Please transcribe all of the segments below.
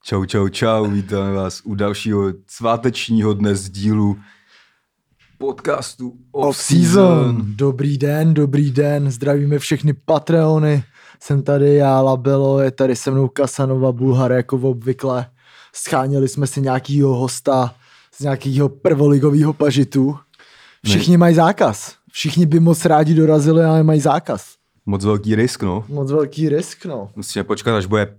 Čau, čau, čau, vítáme vás u dalšího svátečního dnes dílu podcastu Off-Season. Dobrý den, zdravíme všechny Patreony. Jsem tady já, Labelo, je tady se mnou Kasanova, Bulhar jako obvykle. Scháněli jsme si nějakýho hosta z nějakého prvoligového pažitu. Všichni mají zákaz. Všichni by moc rádi dorazili, ale mají zákaz. Moc velký risk, no. Moc velký risk, no. Musíme počkat, až bude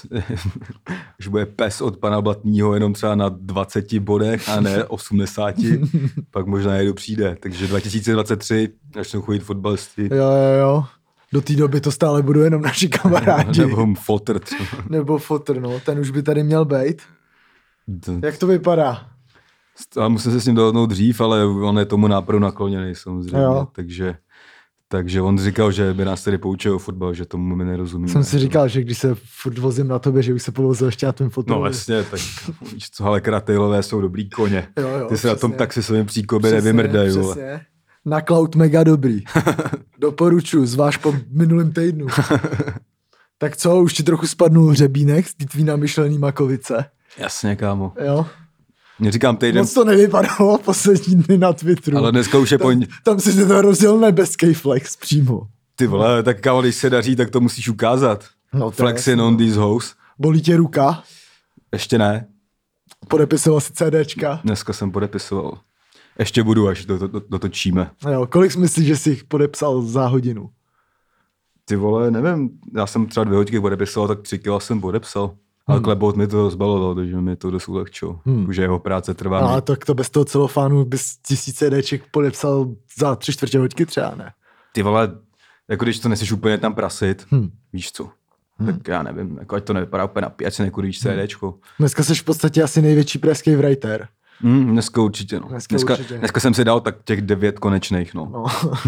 pes od pana Blatního jenom třeba na 20 bodech a ne 80, pak možná někdo přijde. Takže 2023 začnou chodit fotbalisti. Jo. Do té doby to stále budou jenom naši kamarádi. Nebo fotr. Nebo fotr, no. Ten už by tady měl být. Jak to vypadá? Ale musím se s ním dohodnout dřív, ale on je tomu nápadu nakloněný samozřejmě. Jo. Takže on říkal, že by nás tady poučil o fotbal, že tomu my nerozumíme. Jsem si říkal, že když se furt vozím na tobě, že už se povozil ještě na tvým fotbalu. No vlastně, tak víš co, ale Kratejlové jsou dobrý koně. Jo, ty se přesně. na tom taxi svým příkobě nevymrdají. Přesně. Na Cloud mega dobrý. Doporučuji, zvlášť po minulém týdnu. Tak co, už ti trochu spadnul hřebínek z tvý namyšlený makovice. Jasně, kámo. Jo. Neříkám týden. Moc to nevypadalo poslední dny na Twitteru. Ale dneska už je tam si to rozděl nebeský flex přímo. Ty vole, tak kámo, když se daří, tak to musíš ukázat. No, Flexing on these hoes. Bolí tě ruka? Ještě ne. Podepisoval si CDčka? Dneska jsem podepisoval. Ještě budu, až dotočíme. Jo, kolik jsi myslíš, že jsi jich podepsal za hodinu? Ty vole, nevím, já jsem třeba 2 hodiny podepisoval, tak 3 kila jsem podepsal. Ale Klebout mi to zbaloval, takže mi to dost ulehčilo. Že jeho práce trvá. Ale tak to bez toho celofánu bys 1000 CDček podepsal za 3/4 hodiny třeba, ne? Ty vole, jako když to neseš úplně tam prasit, víš co? Tak já nevím, jako ať to nevypadá úplně na pět, nekurvíš CDčko. Dneska jsi v podstatě asi největší pražský writer. Dneska určitě, no. Dneska jsem si dal tak těch 9 konečných, no.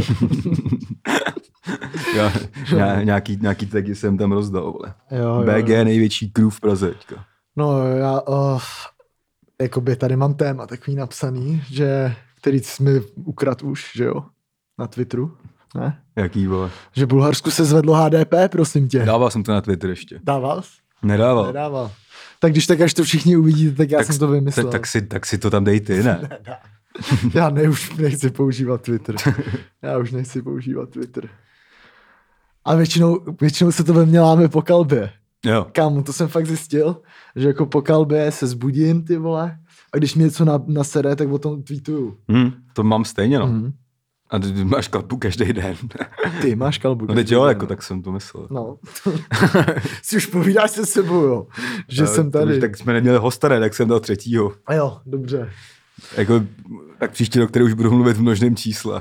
Nějaký taky jsem tam rozdal, vole. Jo. BG největší crew v Praze teďka. No já jakoby tady mám téma takový napsaný, že který jsi mi ukradl už, že jo, na Twitteru, ne? Jaký, vole? Že Bulharsku se zvedlo HDP, prosím tě. Dával jsem to na Twitter ještě. Dával jsi? Nedával. Tak když tak, až to všichni uvidíte, tak já jsem to vymyslel. Tak si to tam dej ty, ne? Já už nechci používat Twitter. A většinou se to ve mně láme po kalbě. Jo. Kámo, to jsem fakt zjistil, že jako po kalbě se zbudím, ty vole, a když mi něco nasere, tak o tom tweetuju. To mám stejně, no. A ty máš kalbu každý den. Ty máš kalbu. No teď jo, jako tak jsem to myslel. No. Si už povídáš se sebou, jo. Že jsem tady. Tak jsme neměli hosta, tak jsem dal 3. A jo, dobře. Jako, tak příští rok, který už budu mluvit v množném čísle.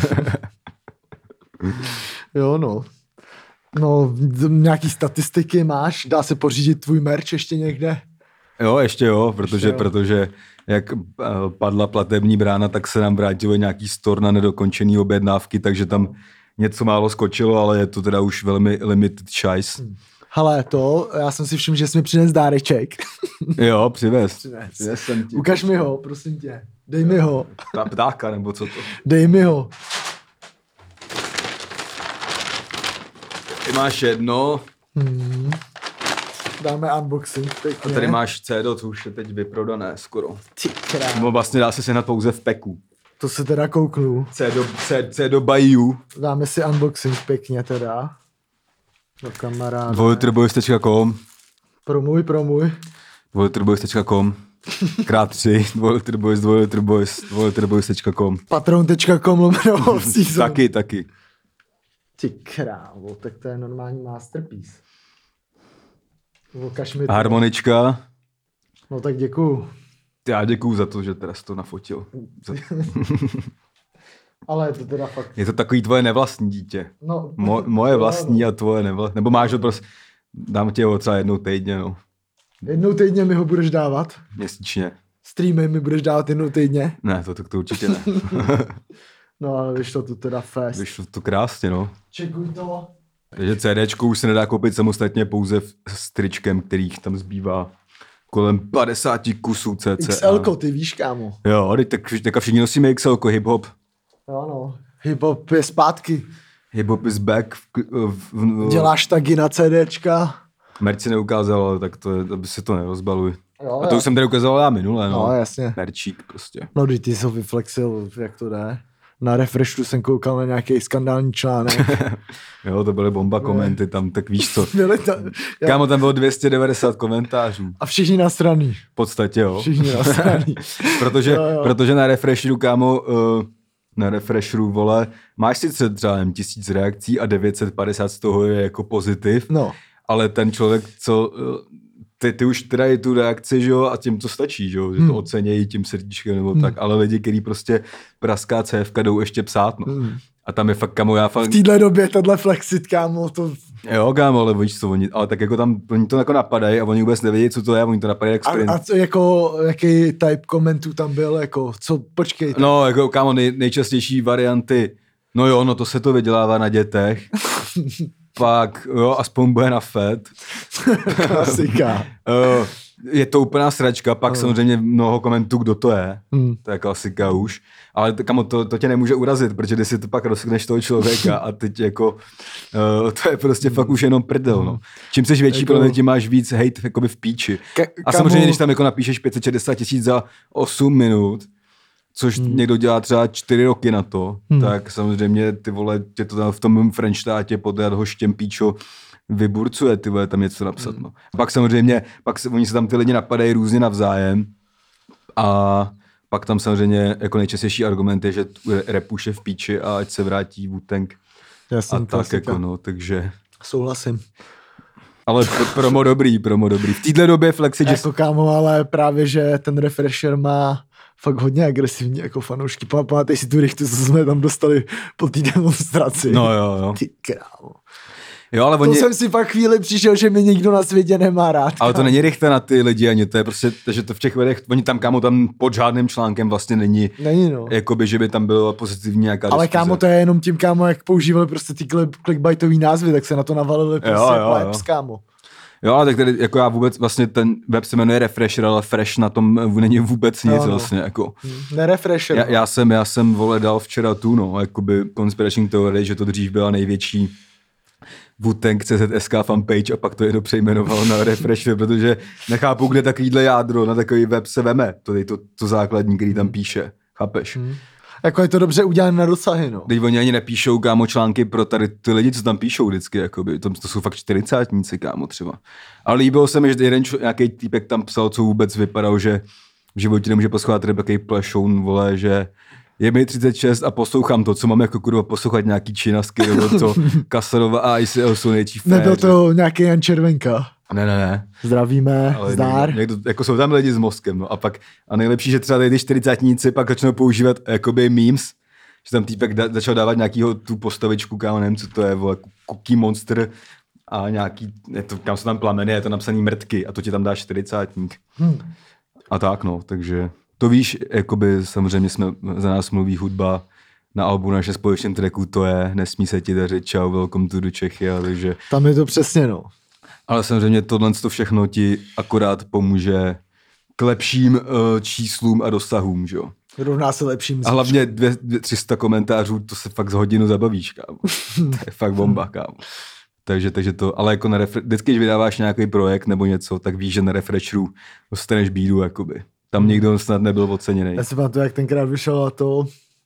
Jo, no. No, nějaký statistiky máš? Dá se pořídit tvůj merch ještě někde? Jo, ještě jo, protože jak padla platební brána, tak se nám vrátilo nějaký store na nedokončený objednávky, takže tam něco málo skočilo, ale je to teda už velmi limited size. Hele, já jsem si všiml, že jsi mi přines dáreček. Jo, přivez. Ukaž mi ho, prosím tě. Dej mi ho. Ptáka, nebo co to? Dej mi ho. Ty máš jedno. Dáme unboxing pěkně. A tady máš CDO, co už je teď vyprodané skoro. Ty krát. Nebo vlastně dá se sehnat pouze v peku. To se teda kouknu. CDO by you. Dáme si unboxing pěkně teda. Do kamaráda. Dvojlitrboys.com Promuj. Dvojlitrboys.com krát 3 dvojlitrboys.com Patreon.com/off-season. Taky. Ty krávo, tak to je normální masterpiece. Ukaž mi to. Harmonička. No tak děkuju. Já děkuju za to, že teda jsi to nafotil. Ale je to teda fakt... Je to takový tvoje nevlastní dítě. No, moje vlastní a tvoje nevlastní. Nebo máš ho prostě... Dám ti ho třeba jednou týdně, no. Jednou týdně mi ho budeš dávat? Měsíčně. Streamy mi budeš dávat jednou týdně? Ne, to určitě ne. No ale vyšlo to teda fest. Vyšlo to krásně, no. Čekuj to. Takže CDčko už se nedá koupit samostatně pouze s tričkem, kterých tam zbývá kolem 50 kusů cca. XL-ko, ty víš, kámo. Jo, teďka všichni nosíme XL-ko, hip-hop. Jo, no. Hip-hop je zpátky. Hip-hop is back. Děláš tagy na CDčka. Merch si neukázal, ale tak to je, aby se to nerozbaluj. Jo, A to už jsem tady ukazoval já minule, no. No, jasně. Merčík prostě. No, ty jsi ho vyflexil, jak to jde. Na Refreshu jsem koukal na nějaký skandální článek. Jo, to byly bomba komenty tam, tak víš co. Byly Kámo, tam bylo 290 komentářů. A všichni nasraný. V podstatě, jo. Všichni nasraný. protože na Refresheru, kámo, na Refresheru, vole, máš sice třeba 1000 reakcí a 950 z toho je jako pozitiv, No. ale ten člověk, co... Ty už teda je tu reakci, že jo, a tím to stačí, že jo, že to ocenějí tím srdíčkem nebo tak, ale lidi, kteří prostě praská CFka jdou ještě psát, no. A tam je fakt, kámo, já fakt... V téhle době tohle flexit, kámo, to... Jo, kámo, ale víš co, ale tak jako tam, oni to jako napadají a oni vůbec nevědí, co to je, oni to napadají jak sprint. A co, jako, jaký type komentů tam byl, jako, co, počkej. No, jako, kámo, nejčastější varianty, no jo, no to se to vydělává na dětech. Pak, jo, aspoň bude na FED. Klasika. Je to úplná sračka, pak samozřejmě mnoho komentů, kdo to je. To je klasika už. Ale kamo, to tě nemůže urazit, protože ty si to pak rozkneš toho člověka a teď jako, to je prostě fakt už jenom prdel, no. Čím jsi větší, jako... tím máš víc hate jakoby v píči. A samozřejmě, když tam jako napíšeš 560 000 za 8 minut, což někdo dělá třeba 4 roky na to, tak samozřejmě ty vole, tě to tam v tom Frenštátě podle ho štěmpíčo vyburcuje, ty vole, tam něco napsat. No. Pak samozřejmě, oni se tam ty lidi napadají různě navzájem a pak tam samozřejmě jako nejčastější argument je, že rap už je v píči a ať se vrátí Wu-Tang a tak jako no, takže... Souhlasím. Ale promo dobrý. V téhle době Flexi... Jako kámo, ale právě, že ten Refresher má fakt hodně agresivní jako fanoušky. Pamatej si tu rychtu, co jsme tam dostali po té demonstraci. No jo. Ty krávo. Jo, ale to jsem si pak chvíli přišel, že mě nikdo na světě nemá rád. Ale to není rychta na ty lidi ani, to je prostě, že to v těch vedech, oni tam, kámo, tam pod žádným článkem vlastně není no. Jakoby, že by tam bylo pozitivní nějaká ale diskuze. Kámo, to je jenom tím, kámo, jak používali prostě ty clickbaitový názvy, tak se na to navalili prostě plebs, kámo. Jo, ale tak tady, jako já vůbec, vlastně ten web se jmenuje Refresher, ale Fresh na tom není vůbec nic vlastně, jako. Refresher. Já jsem, vole, dal včera tu, no, jakoby conspiracy teorie, že to dřív byla největší Wu-Tang CZSK fanpage a pak to jedno přejmenovalo na Refresher, protože nechápu, kde takovýhle jádro na takový web se veme, to základní, který tam píše, chápeš? Jako je to dobře udělané na dosahy, no. Teď oni ani nepíšou, kámo, články pro tady ty lidi, co tam píšou vždycky, jakoby, to jsou fakt 40níci, kámo, třeba. Ale líbilo se mi, že jeden nějaký týpek tam psal, co vůbec vypadal, že v životě nemůže poslouchat takový plešoun, vole, že je mi 36 a poslouchám to, co mám jako kurva poslouchat nějaký činasky, nebo co Kasarova a ICL jsou nejčí féři. Nebyl to nějaký Jan Červenka. Ne. Zdravíme, ale zdár. Někdo, jako jsou tam lidi s mozkem, no. A nejlepší, že třeba tady ty 40níci pak začnou používat jakoby memes, že tam týpek začal dávat nějakýho tu postavičku, kámo, nevím, co to je, vole, Cookie Monster a nějaký, kam jsou tam plameny, je to napsaný mrtky a to ti tam dá 40ník. A tak, no, takže to víš, jakoby samozřejmě za nás mluví hudba, na albu naše společném tracku to je Nesmí se ti dařit, čau, welcome to Czechia, takže... Tam je to přesně, no. Ale samozřejmě tohle všechno ti akorát pomůže k lepším číslům a dosahům, že jo. Rovná se lepším. A hlavně 300 komentářů, to se fakt z hodinu zabavíš, kámo. To je fakt bomba, kámo. Takže to, ale jako vždycky, když vydáváš nějaký projekt nebo něco, tak víš, že na Refresheru dostaneš bídu, jakoby. Tam nikdo snad nebyl oceněný. Já si pamatuju, jak tenkrát vyšel a to,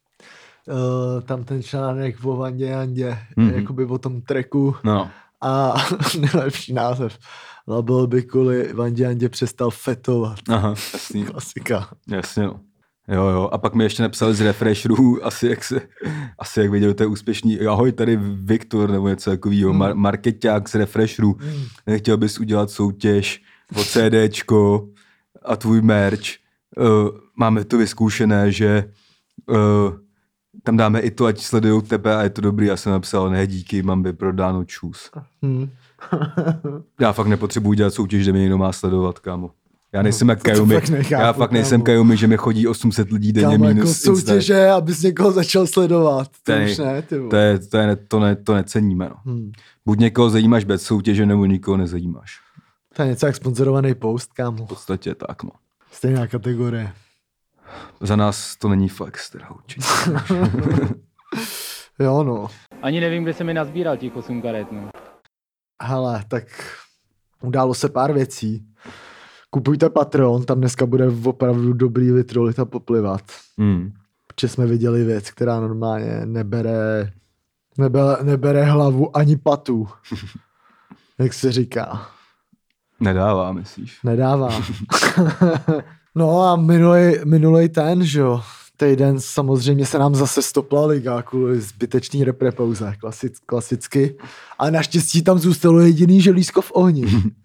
tam ten článek o Vandě Jandě, jakoby o tom tracku. No. A nejlepší název. Label by kvůli Vandě Jandě přestal fetovat. Aha, jasný. Klasika. Jasně, no. Jo. A pak mi ještě napsali z Refresheru, asi jak viděl, to je úspěšný. Ahoj, tady Viktor, nebo něco takového, markeťák z Refresheru. Nechtěl bys udělat soutěž o CDčko a tvůj merch. Máme to vyzkoušené, že tam dáme i to, ať sledujou tebe a je to dobrý. Já jsem napsal, ne díky, mám vyprodáno čus. Já fakt nepotřebuji dělat soutěž, že mě někdo má sledovat, kámo. Já nejsem jak Kajumi. Já fakt nejsem Kajumi, že mi chodí 800 lidí denně kámo, minus jako soutěže, abys někoho začal sledovat. To neceníme, no. Buď někoho zajímáš bez soutěže, nebo nikoho nezajímáš. To je něco jak sponzorovaný post, kámo. V podstatě tak, no. Stejná kategorie. Za nás to není flex, teda určitě. Jo, no. Ani nevím, kde se mi nazbíral těch 8 karet, no. Hele, tak událo se pár věcí. Kupujte Patreon, tam dneska bude opravdu dobrý vitrolit a poplivat. Protože jsme viděli věc, která normálně nebere hlavu ani patu. Jak se říká. Nedává, myslíš? Nedává. No a minulej ten, že jo, týden samozřejmě se nám zase stopla liga kvůli zbytečný repauze, klasicky. Ale naštěstí tam zůstalo jediný želízko v ohni.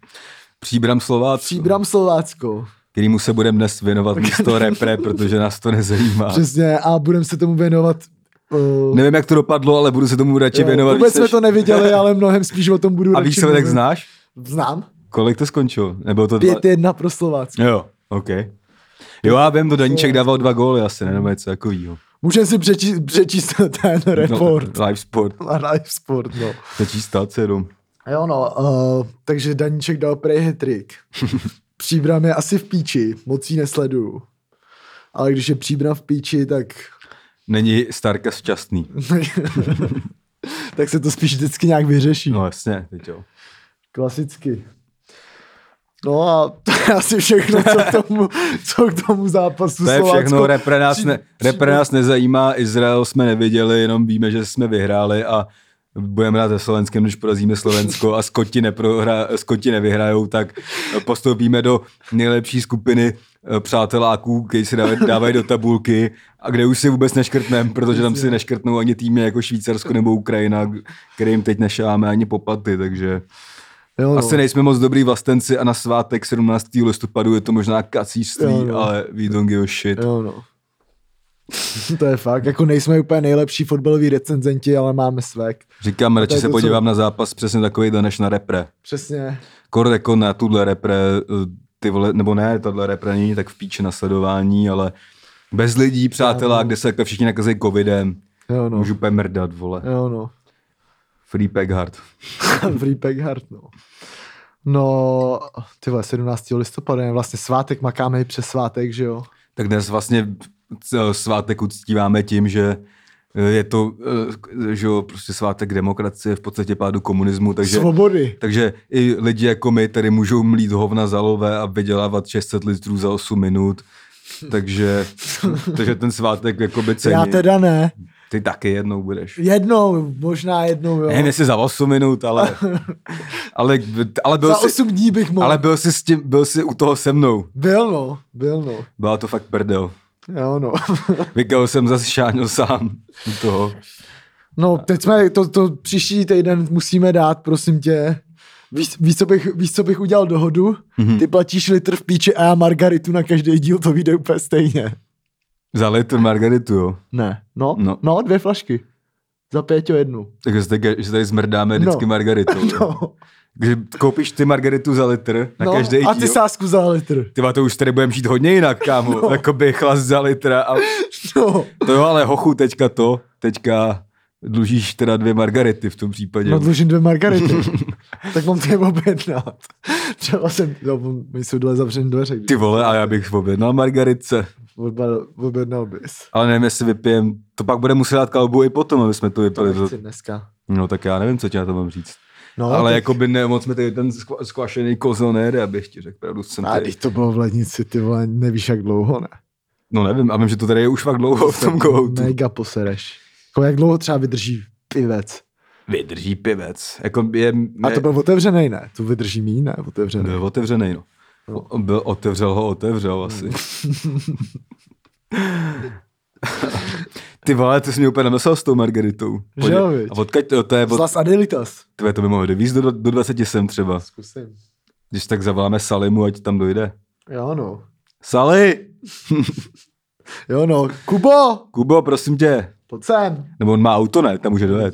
Příbram Slovácko. Kterýmu se budeme dnes věnovat místo repre, protože nás to nezajímá. Přesně, a budeme se tomu věnovat. Nevím, jak to dopadlo, ale budu se tomu radši věnovat. Vůbec jsme to neviděli, ale mnohem spíš o tom budu radši. A výsledek znáš? Znám. Kolik to skončilo? Nebo to 5-1 pro Slovácko. Jo, OK. Jo, já vím, to Daníček dával 2 góly asi, nebo něco takovýho. Můžeme si přečíst ten report. No, live sport, no. Přečíst stát 7. Jo no, takže Daníček dal prej hat-trick. Příbram je asi v píči, moc jí nesleduju. Ale když je Příbram v píči, tak... Není Starka šťastný. Tak se to spíš vždycky nějak vyřeší. No jasně, teď jo. Klasicky. No a to je asi všechno, co k tomu zápasu. To je Slovácko. všechno, repre nás nezajímá, Izrael jsme neviděli, jenom víme, že jsme vyhráli a budeme hrát se Slovenskem, když porazíme Slovensko a Skoti nevyhrajou, tak postoupíme do nejlepší skupiny přáteláků, kteří si dávají do tabulky a kde už si vůbec neškrtneme, protože tam si neškrtnou ani týmy jako Švýcarsko nebo Ukrajina, kterým teď nešáme ani poplaty, takže... Jo, no. Asi nejsme moc dobrý vlastenci a na svátek 17. listopadu je to možná kacířství, no. Ale we don't give a shit. Jo, no. To je fakt, jako nejsme úplně nejlepší fotbaloví recenzenti, ale máme svek. Říkám, radši se podívám na zápas přesně takový než na repre. Přesně. Kor jako na tuhle repre, ty vole, nebo ne, tohle repre není tak v píči na sledování, ale bez lidí, přátelá, kde se jako všichni nakazují covidem. Jo, no. Můžu úplně mrdat, vole. Jo, no. Free Peghard. Free Peghard, no. No, ty vole, 17. listopadu je vlastně svátek, makáme i přes svátek, že jo? Tak dnes vlastně svátek uctíváme tím, že je to, že jo, prostě svátek demokracie, v podstatě pádu komunismu, takže... Svobody. Takže i lidi jako my tady můžou mlít hovna za lové a vydělávat 600 litrů za 8 minut, takže ten svátek jakoby cení. Já teda ne. Ty taky jednou budeš. Možná jednou, jo. Nevím, jestli za 8 minut, ale byl za jsi... 8 dní bych mohl. Ale byl jsi u toho se mnou. Byl no. Byla to fakt prdel. Jo, no. Vykal jsem zase šáňo sám u toho. No, teď jsme, to příští týden musíme dát, prosím tě. Víš, co bych udělal dohodu? Mm-hmm. Ty platíš litr v píči a já margaritu na každý díl, to vyjde úplně stejně. Za litr margaritu, jo? Ne, no 2 flašky. Za 5 jednu. Takže že tady zmrdáme vždycky margaritu. No. Takže koupíš ty margaritu za litr na každý díl. A ty sásku za litr. Tyba, to už tady budeme žít hodně jinak, kámo. No. Jakoby chlast za litr. A... No. To jo, ale hochu, teďka dlužíš teda 2 margarity v tom případě. No dlužím 2 margarity. Tak mám tě objednat. Třeba my jsou dole zavřený dveře. Ty vole, a já bych objednal margaritce. Objednal bys. Ale nevím, jestli vypijem. To pak bude muset dát kalbu i potom, aby jsme to vypili. To nechci dneska. No tak já nevím, co ti na to mám říct. No, ale jako by moc jsme tady ten skvašený kozel nejde, abych ti řekl pravdu. A když to bylo v lednici, ty vole, nevíš jak dlouho, ne? No nevím, a vím, že to tady je už fakt dlouho v tom kohoutu. Mega posereš. Jak dlouho třeba vydrží pivec? Vydrží pivec. A to byl otevřený, ne? To vydrží míň, ne? Otevřený. Byl otevřený, no. Otevřel asi. Ty vole, ty jsi mě úplně namyslel s tou margaritou. Že jo, viď? A odkaď to je... Zlas Adelitas. To by mohlo dovízt do 20 sem třeba. Zkusím. Když tak zavoláme Salimu, ať tam dojde. Jo, no. Sali! Jo, no. Kubo, prosím tě. Pojď sem. Nebo on má auto, ne? Tam může dojet.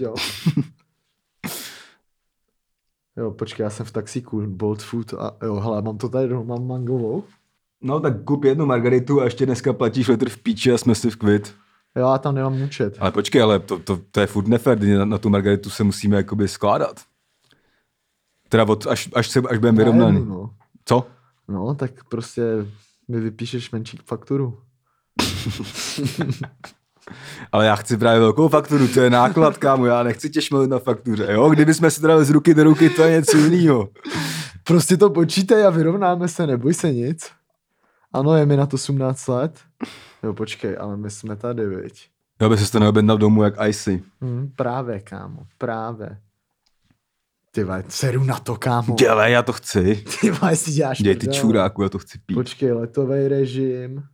Jo, počkej, já jsem v taxíku, Bolt Food a jo, hele, mám to tady, mám mangovou. No tak kup 1 margaritu a ještě dneska platíš litr v píči a jsme si v kvit. Jo, já tam nemám účet. Ale počkej, ale to je furt nefér, na tu margaritu se musíme jakoby skládat. Teda až budeme vyrovnaný. No. Co? No, tak prostě mi vypíšeš menší fakturu. Ale já chci právě velkou fakturu, to je náklad, kámo, já nechci tě šmelit na faktuře, jo? Kdybychom se dali z ruky do ruky, to je něco jiného. Prostě to počítej a vyrovnáme se, neboj se nic. Ano, je mi na to 18 let. Jo, počkej, ale my jsme tady, viď. Jo, by se to neobjednal domů jak Icy. Právě, kámo, právě. Ty vole, seru na to, kámo. Dělej, já to chci. Ty vole, si děláš Děj ty prdel. čuráku, já to chci pít. Počkej, letový režim.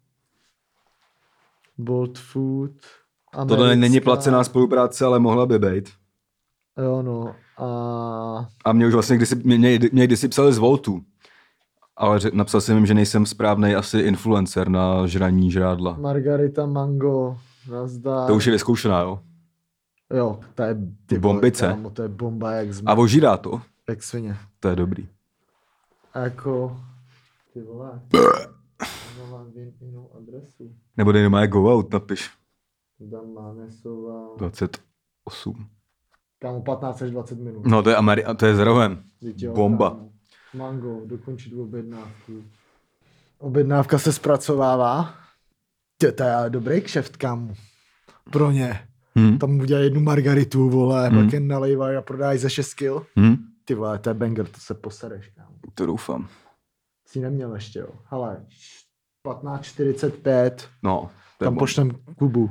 Bolt Food. Tohle není placená spolupráce, ale mohla by být. Jo, no. A mě už vlastně mě kdysi psali z Voltu. Ale napsal jsem jim, že nejsem správnej asi influencer na žraní žrádla. Margarita Mango. Nazdar. To už je vyzkoušená, jo? Jo, to je ty Bombice. vole, kámo, to je bomba jak A ožírá to? jak svině. To je dobrý. A jako, ty vole, mám jinou adresu. Nebo dej nemá go out, napiš. Tam Mánesová. 28. Kámo, 15 až 20 minut. No to je to je zrohem. Víte, Bomba. kámo. Mango, dokončit objednávku. Objednávka se zpracovává. To je ale dobrý kšeft, kámo. Pro ně. Tam udělají jednu margaritu, vole, pak jen nalejvají a prodávají za 6 kil. Ty vole, to je banger, to se posereš, kámo. To doufám. Jsi neměl ještě, jo. Hele, 15:45. No. Tam pošlem Kubu.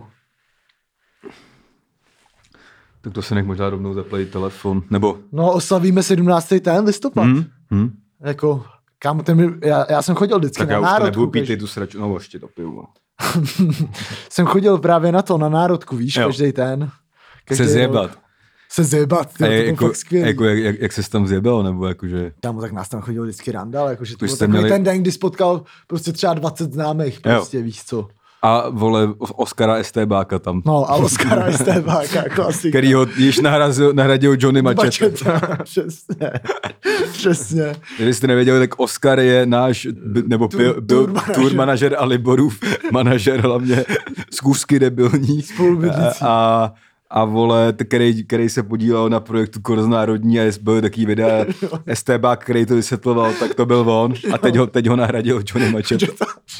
Tak to se nech možná rovnou zaplatí telefon, nebo... No, oslavíme 17. listopad. Jako, kámo, já jsem chodil vždycky tak na já už to národku. nebudu pít, tu sraču, no ještě to piju. Jsem chodil právě na to, na národku, víš, každý ten. Se zjebat. Se zjebat, to bylo fakt skvělý. Jako, jak se tam zjebal, nebo jakože... Kámo, tak nás tam chodil vždycky randál, jakože to byl jste takový měli... ten den, kdy spotkal prostě třeba 20 známých, prostě, víš co. A vole, Oskara STBáka tam. No, a Oskara STBáka, klasika. Který ho již nahradil Johnny Machete. Přesně, přesně. Kdybyste nevěděli, tak Oskar je náš, nebo byl tour manažer a Liborův manažer, hlavně zkusky debilní. A vole, který se podílel na projektu Korz národní a byl takový videa STBák, který to vysvětloval, tak to byl on. A teď ho nahradil Johnny Machete.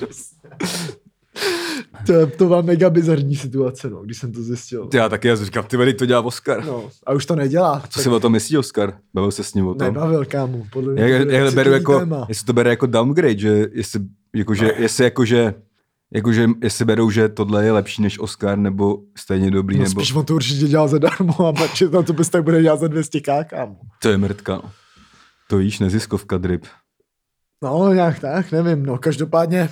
To byla mega bizarní situace, no, když jsem to zjistil. Já taky, já říkám, ty vedy, to dělá Oskar. No, a už to nedělá. A co si o tom myslí Oskar? Bavil se s ním o tom? Nebavil, kámo. Podle mě jestli to bere jako downgrade, že jestli berou, že tohle je lepší než Oscar, nebo stejně dobrý, no, nebo... Spíš on to určitě dělal zadarmo a pak na to bys tak bude dělat za 200k, kámo. To je mrtka, no. To víš, neziskovka drip. No, nějak tak, nevím, no, každopádně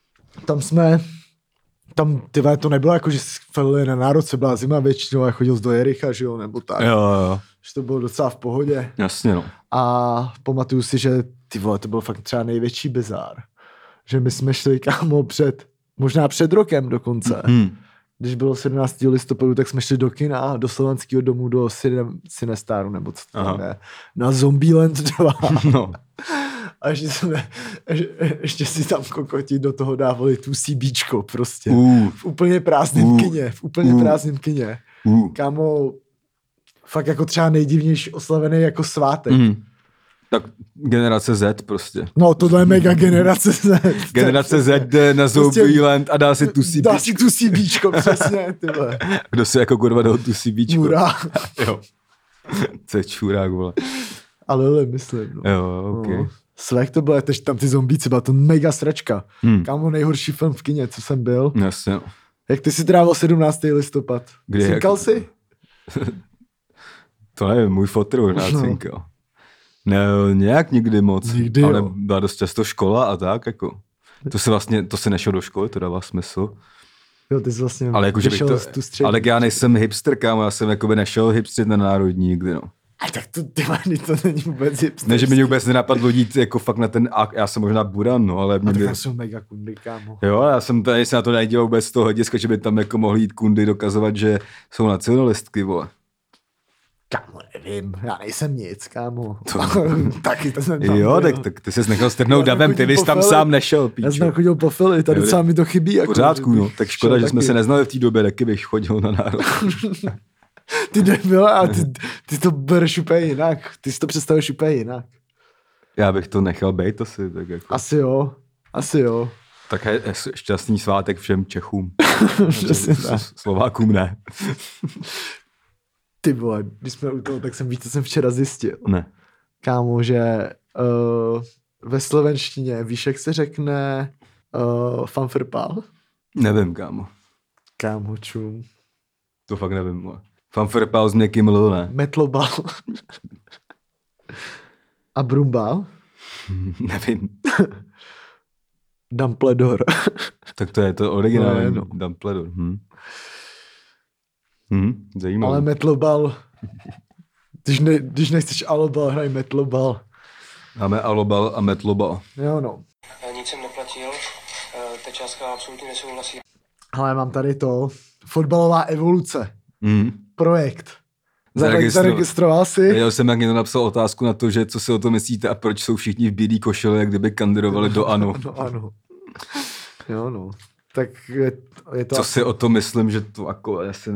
tam, tyhle, to nebylo jako, že falili na národce, byla zima většinou a chodil do Jericha, že jo, nebo tak. Jo. Že to bylo docela v pohodě. Jasně, no. A pamatuju si, že ty vole, to byl fakt třeba největší bizár. Že my jsme šli, kámo, možná před rokem dokonce. Když bylo 17. listopadu, tak jsme šli do kina, do Slovenského domu, do Cinestaru, nebo co to tam je. Na Zombieland 2. No. A ještě si tam kokoti do toho dávali tu CBčko prostě. V úplně prázdném kině. Kámo, fakt jako třeba nejdivnější oslavený jako svátek. Tak generace Z prostě. No, tohle je mega generace Z. Generace Z jde na Zombieland a dá si tu CBčko. Dá si tu CBčko, přesně, tyhle. Kdo se jako kurva dal tu CBčko? Mura. Jo. Co je čurák, vole. Ale myslím, no. Jo, okej. No. Svek to bylo, tež tam ty zombíci, byla to mega sračka. Kámo, nejhorší film v kině, co jsem byl. Jasně. Jak ty si trávil 17. listopad? Cinkal jsi? To nevím, můj fotr možná cinkal. Ne, nějak nikdy moc. Nikdy, ale jo. byla dost často škola a tak, jako. To se nešlo do školy, to dává smysl. Jo, ty jsi vlastně ale jako, vyšel z tu střední. Ale já nejsem hipster, kámo, já jsem jakoby nešel hipstřit na národní nikdy, no. A tak to není vůbec hipster. Ne, že mi vůbec nenapadlo jít jako fakt na ten já jsem možná buran, no, ale... A tak jsou mega kundy, kámo. Jo, já jsem tady se na to nedělal vůbec z toho hlediska, že by tam jako mohli jít kundy dokazovat, že jsou nacionalistky, vole. Kámo, nevím, já nejsem nic, kámo. Taky to jsem tam jo, tak ty jsi nechal strhnout davem, ty bys tam sám nešel, píčo. Já jsem chodil po Fili, tady docela mi to chybí. V pořádku, no, tak škoda, že jsme se neznali v té době, taky bych chodil na národ. Ty debil, a ty to bereš úplně jinak. Ty si to představuješ úplně jinak. Já bych to nechal bejt asi. Tak jako. Asi jo. Tak je šťastný svátek všem Čechům. Přesně tak. Slovákům ne. Ty vole, když jsme u toho, tak jsem včera zjistil. Ne. Kámo, že Ve slovenštině, víš, jak se řekne fanfrpál? Nevím, kámo. Kámo, čum. To fakt nevím. Ale. Fanfrpál s měkkým L, ne? Metlobal. A brumbal? Nevím. Dumpledor. Tak to je to originální. No. Dumpledor. Zajímavé. Ale metlobal, když nechceš alobal, hraj metlobal. Máme alobal a metlobal. Jo, no. Nic jsem neplatil, ta částka absolutně nesouhlasí. Ale mám tady to, fotbalová evoluce. Mm. Projekt. Zaregistroval si? Já jsem jak někdo napsal otázku na to, že co si o to myslíte a proč jsou všichni v bílý košile, jak kdyby kandidovali do ANO. No ano. Jo, no. Tak je to... Co si o to myslím, že to jako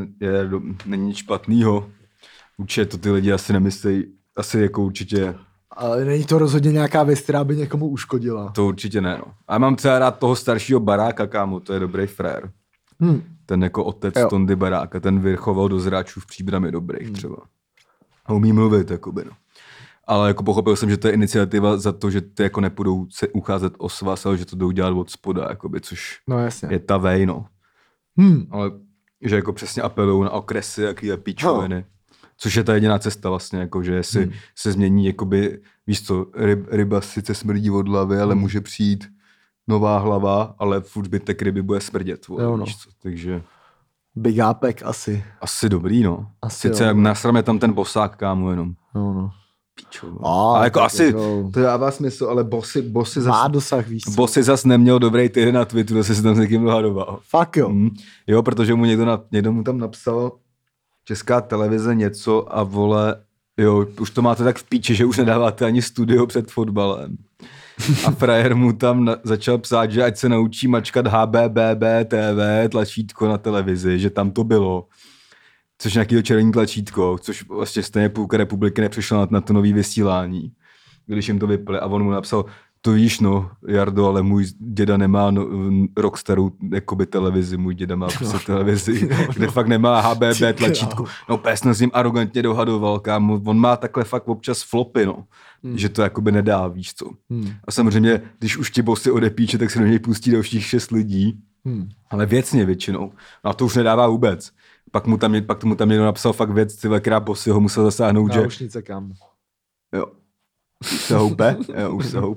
není nic špatnýho. Určitě to ty lidi asi nemyslejí. Asi jako určitě... Ale není to rozhodně nějaká věc, která by někomu uškodila. To určitě ne, no. A mám třeba rád toho staršího Baráka, kámo, to je dobrý frér. Ten jako otec Tondy Baráka, ten vychoval do zráčů v Příbrami dobrých třeba. A umí mluvit, jakoby, no. Ale jako pochopil jsem, že to je iniciativa za to, že ty jako nepůjdou se ucházet o svaz, ale že to jdou dělat od spoda, jakoby, což no, jasně. je ta vej, no. Ale že jako přesně apelují na okresy, jaký je píčoviny. Což je ta jediná cesta vlastně, jako, že se změní, jakoby, víš co, ryba sice smrdí od hlavy, ale může přijít nová hlava, ale furt zbytek ryby bude smrdět, víš co, takže... Big Apek asi. Asi dobrý, no. Asi sice jak nasrame tam ten bosák, kámo, jenom. No. Píčo. A jako asi, to dává smysl, ale bosy zas... Má dosah, víš co. Bosy zas neměl dobrý týden na Twitteru, zase se tam s někým dohadoval. Fakt jo. Jo, protože mu někdo mu tam napsal Česká televize něco a vole, jo, už to máte tak v píči, že už nedáváte ani studio před fotbalem. A frajer mu tam začal psát, že ať se naučí mačkat HBBB TV tlačítko na televizi, že tam to bylo. Což nějaký červený tlačítko, což vlastně stejně půlka republiky nepřišla na to nový vysílání, když jim to vypli. A on mu napsal, to víš, no, Jardo, ale můj děda nemá rockstarou jakoby televizi, můj děda má prostě televizi, kde fakt nemá HBB tlačítko. No pésno s ním arrogantně dohadoval, kámo, on má takhle fakt občas flopy, no, že to jakoby nedá, víš co. A samozřejmě, když už ti bosy odepíče, tak se do něj pustí dalších 6 lidí, ale věcně většinou. No a to už nedává vůbec. Pak mu tam někdo napsal fakt věc, která bosy ho musel zasáhnout, že... Náušnice, kámo. Jo. Už se houpe? Jo,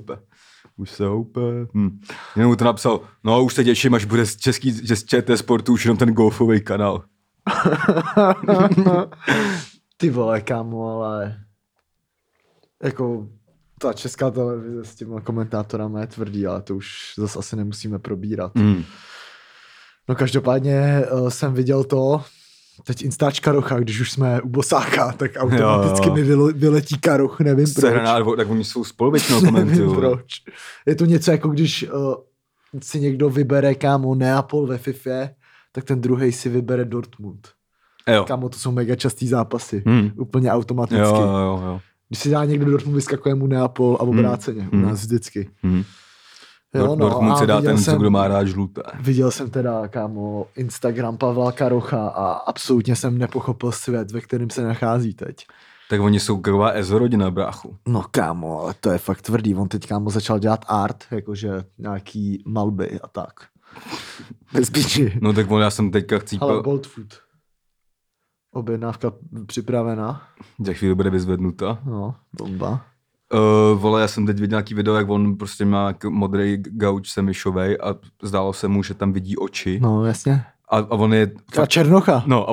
už se houpe. Jenom mu to napsal, no už se těším, až bude z ČT Sportu už jenom ten golfový kanál. Ty vole, kámo, ale jako ta česká televize s těma komentátorama je tvrdý, ale to už zase asi nemusíme probírat. No každopádně jsem viděl to, teď Instač Karocha, když už jsme u Bosáka, tak automaticky mi vyletí Karoch, nevím proč. Tak oni jsou spolu většinou komentují. Nevím proč. Je to něco jako když si někdo vybere, kámo, Neapol ve FIFA, tak ten druhej si vybere Dortmund. Jo. Kámo, to jsou mega častý zápasy. Úplně automaticky. Jo. Když si dá někdo Dortmund, vyskakuje mu Neapol a obráceně. U nás vždycky. Jo, Dortmund si dá ten, kdo má rád žluté. Viděl jsem teda, kámo, Instagram Pavla Karocha a absolutně jsem nepochopil svět, ve kterém se nachází teď. Tak oni jsou taková EZO-rodina, bráchu. No kámo, ale to je fakt tvrdý. On teď, kámo, začal dělat art, jakože nějaký malby a tak. Bez piči. No tak já jsem teďka chcípal... Ale Bolt Food. Objednávka připravená. Za chvíli bude vyzvednuta. No, bomba. Vole, já jsem teď viděl nějaký video, jak on prostě má modrý gauč semišovej a zdálo se mu, že tam vidí oči. No, jasně. A on je... A Černocha. No, a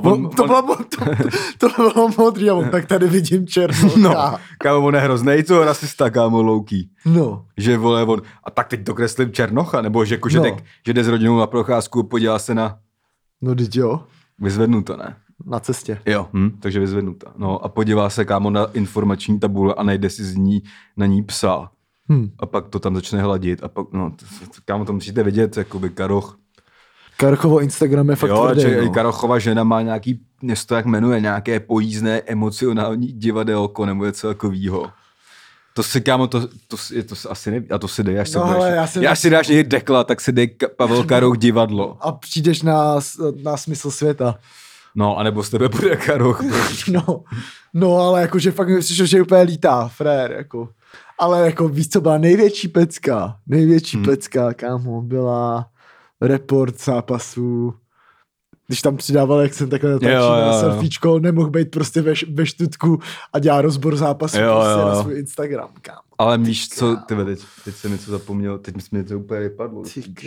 to bylo modrý, a on tak tady vidím Černocha. No, kámo, on je hroznej, co rasista, kámo, louký. No. Že vole, on... A tak teď dokreslím Černocha, nebo že, jako, že jde s rodinou na procházku, podívá se na... No, teď jo. Vyzvednuto, ne? Na cestě. Jo, takže vyzvednuta. No a podívá se, kámo, na informační tabule a najde si na ní psa. A pak to tam začne hladit a pak, kámo, to musíte vidět, jakoby Karoch. Karochovo Instagram je fakt tvrdý, no. Karachova žena má nějaký, město to jak jmenuje, nějaké pojízdné emocionální divadelko nebo něco takovýho. To si, kámo, to asi neví, a to si dej, až se budeš. Já si dáš někdy dekla, tak si dej Pavel Karoch divadlo. A přijdeš na smysl světa. No, anebo z tebe bude Karoch. No, ale jakože fakt mi přišlo, že je úplně lítá, frér, jako. Ale jako víš, co byla největší pecka? Největší pecka, kámo, byla report zápasu. Když tam přidával, jak jsem takhle natáčel na selfiečko, nemohl být prostě ve štutku a dělá rozbor zápasu prostě na svůj Instagram, kámo. Ale víš co, teď jsem něco zapomněl, teď mi to úplně vypadlo.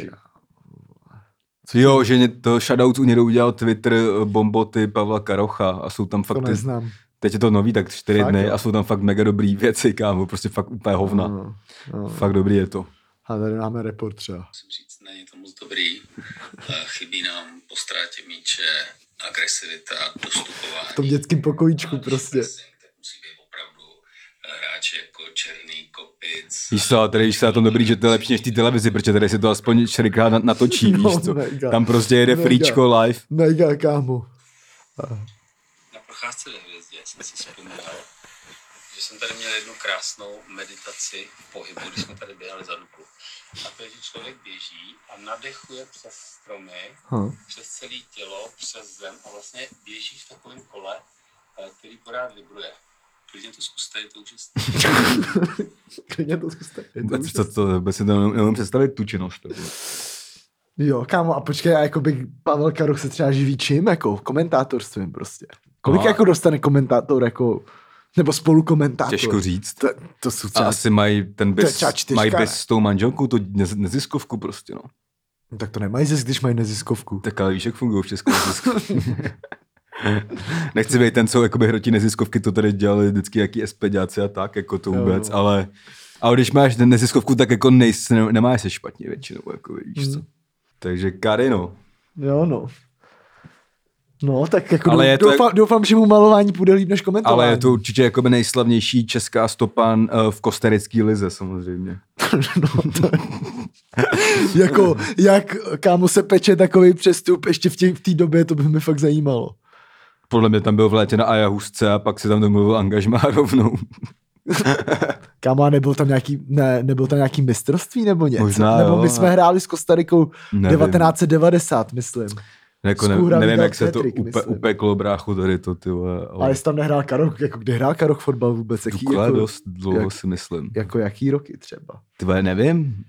Jo, že to shoutout u někdo udělal Twitter bomboty Pavla Karocha a jsou tam fakt... To neznám. Teď je to nový, tak 4 fakt, dny jo. a jsou tam fakt mega dobrý věci, kámo, prostě fakt úplně hovna. Fakt dobrý je to. A tady máme report třeba. Musím říct, není to moc dobrý. Chybí nám po ztrátě míče, agresivita, dostupování. V tom dětském pokojíčku prostě. Tak musí být opravdu hráči jako Černý, Kopic. Víš co, tady víš co, na tom dobrý, že to je lepší než v té televizi, protože tady si to aspoň 4krát natočí, No, víš co. mega. Tam prostě jede Mega. fríčko live. Mega, kámo. Na procházce ve hvězdě jsem si vzpomněl, že jsem tady měl jednu krásnou meditaci v pohybu, když jsme tady běhali za Duklu. A to je, že člověk běží a nadechuje přes stromy, přes celé tělo, přes zem a vlastně běží v takovém kole, který pořád vibruje. Klidně to zkuste, je to úžasné. Klidně to zkuste. Vůbec si to nemůžu představit tu činnost. Jo, kámo, a počkej, a jakoby Pavel Karoch se třeba živí čím? Jako komentátorstvím prostě. Kolik jako dostane komentátor, jako, nebo spolukomentátor? Těžko říct. To jsou A třeba... asi mají ten to je bis, třeba 4, mají ne? bis s tou manželkou, to neziskovku prostě, no. No, tak to nemají zisk, když mají neziskovku. Tak ale víš, jak fungují v České neziskovky. Nechci být ten, co jakoby hrotí neziskovky, to tady dělali vždycky jaký SPďáci a tak, jako to vůbec, ale když máš ten neziskovku, tak jako nemáš se špatně většinou, jako víš co. Takže Karino. Jo, no. No, tak jako Ale je to doufám, že mu malování půjde líp než komentování. Ale je to určitě jakoby nejslavnější česká stopa v kostarické lize samozřejmě. No, to... jako, jak kámo se peče takový přestup, ještě v té době, to by mi fakt zajímalo. Podle mě tam byl v létě na Ajahusce a pak si tam domluvil angažmá rovnou. Kámo, a nebyl tam nějaký mistrovství nebo něco? Možná, nebo jo, my jsme hráli s Kostarikou 1990, myslím. Jako nevím, jak se to upeklo, bráchu, tady to, ty vole. Ale jsi tam nehrál Karoch, jako kdy hrál Karoch fotbal vůbec? Dukle jako, dost dlouho si myslím. Jako jaký roky třeba? Ty vole, nevím.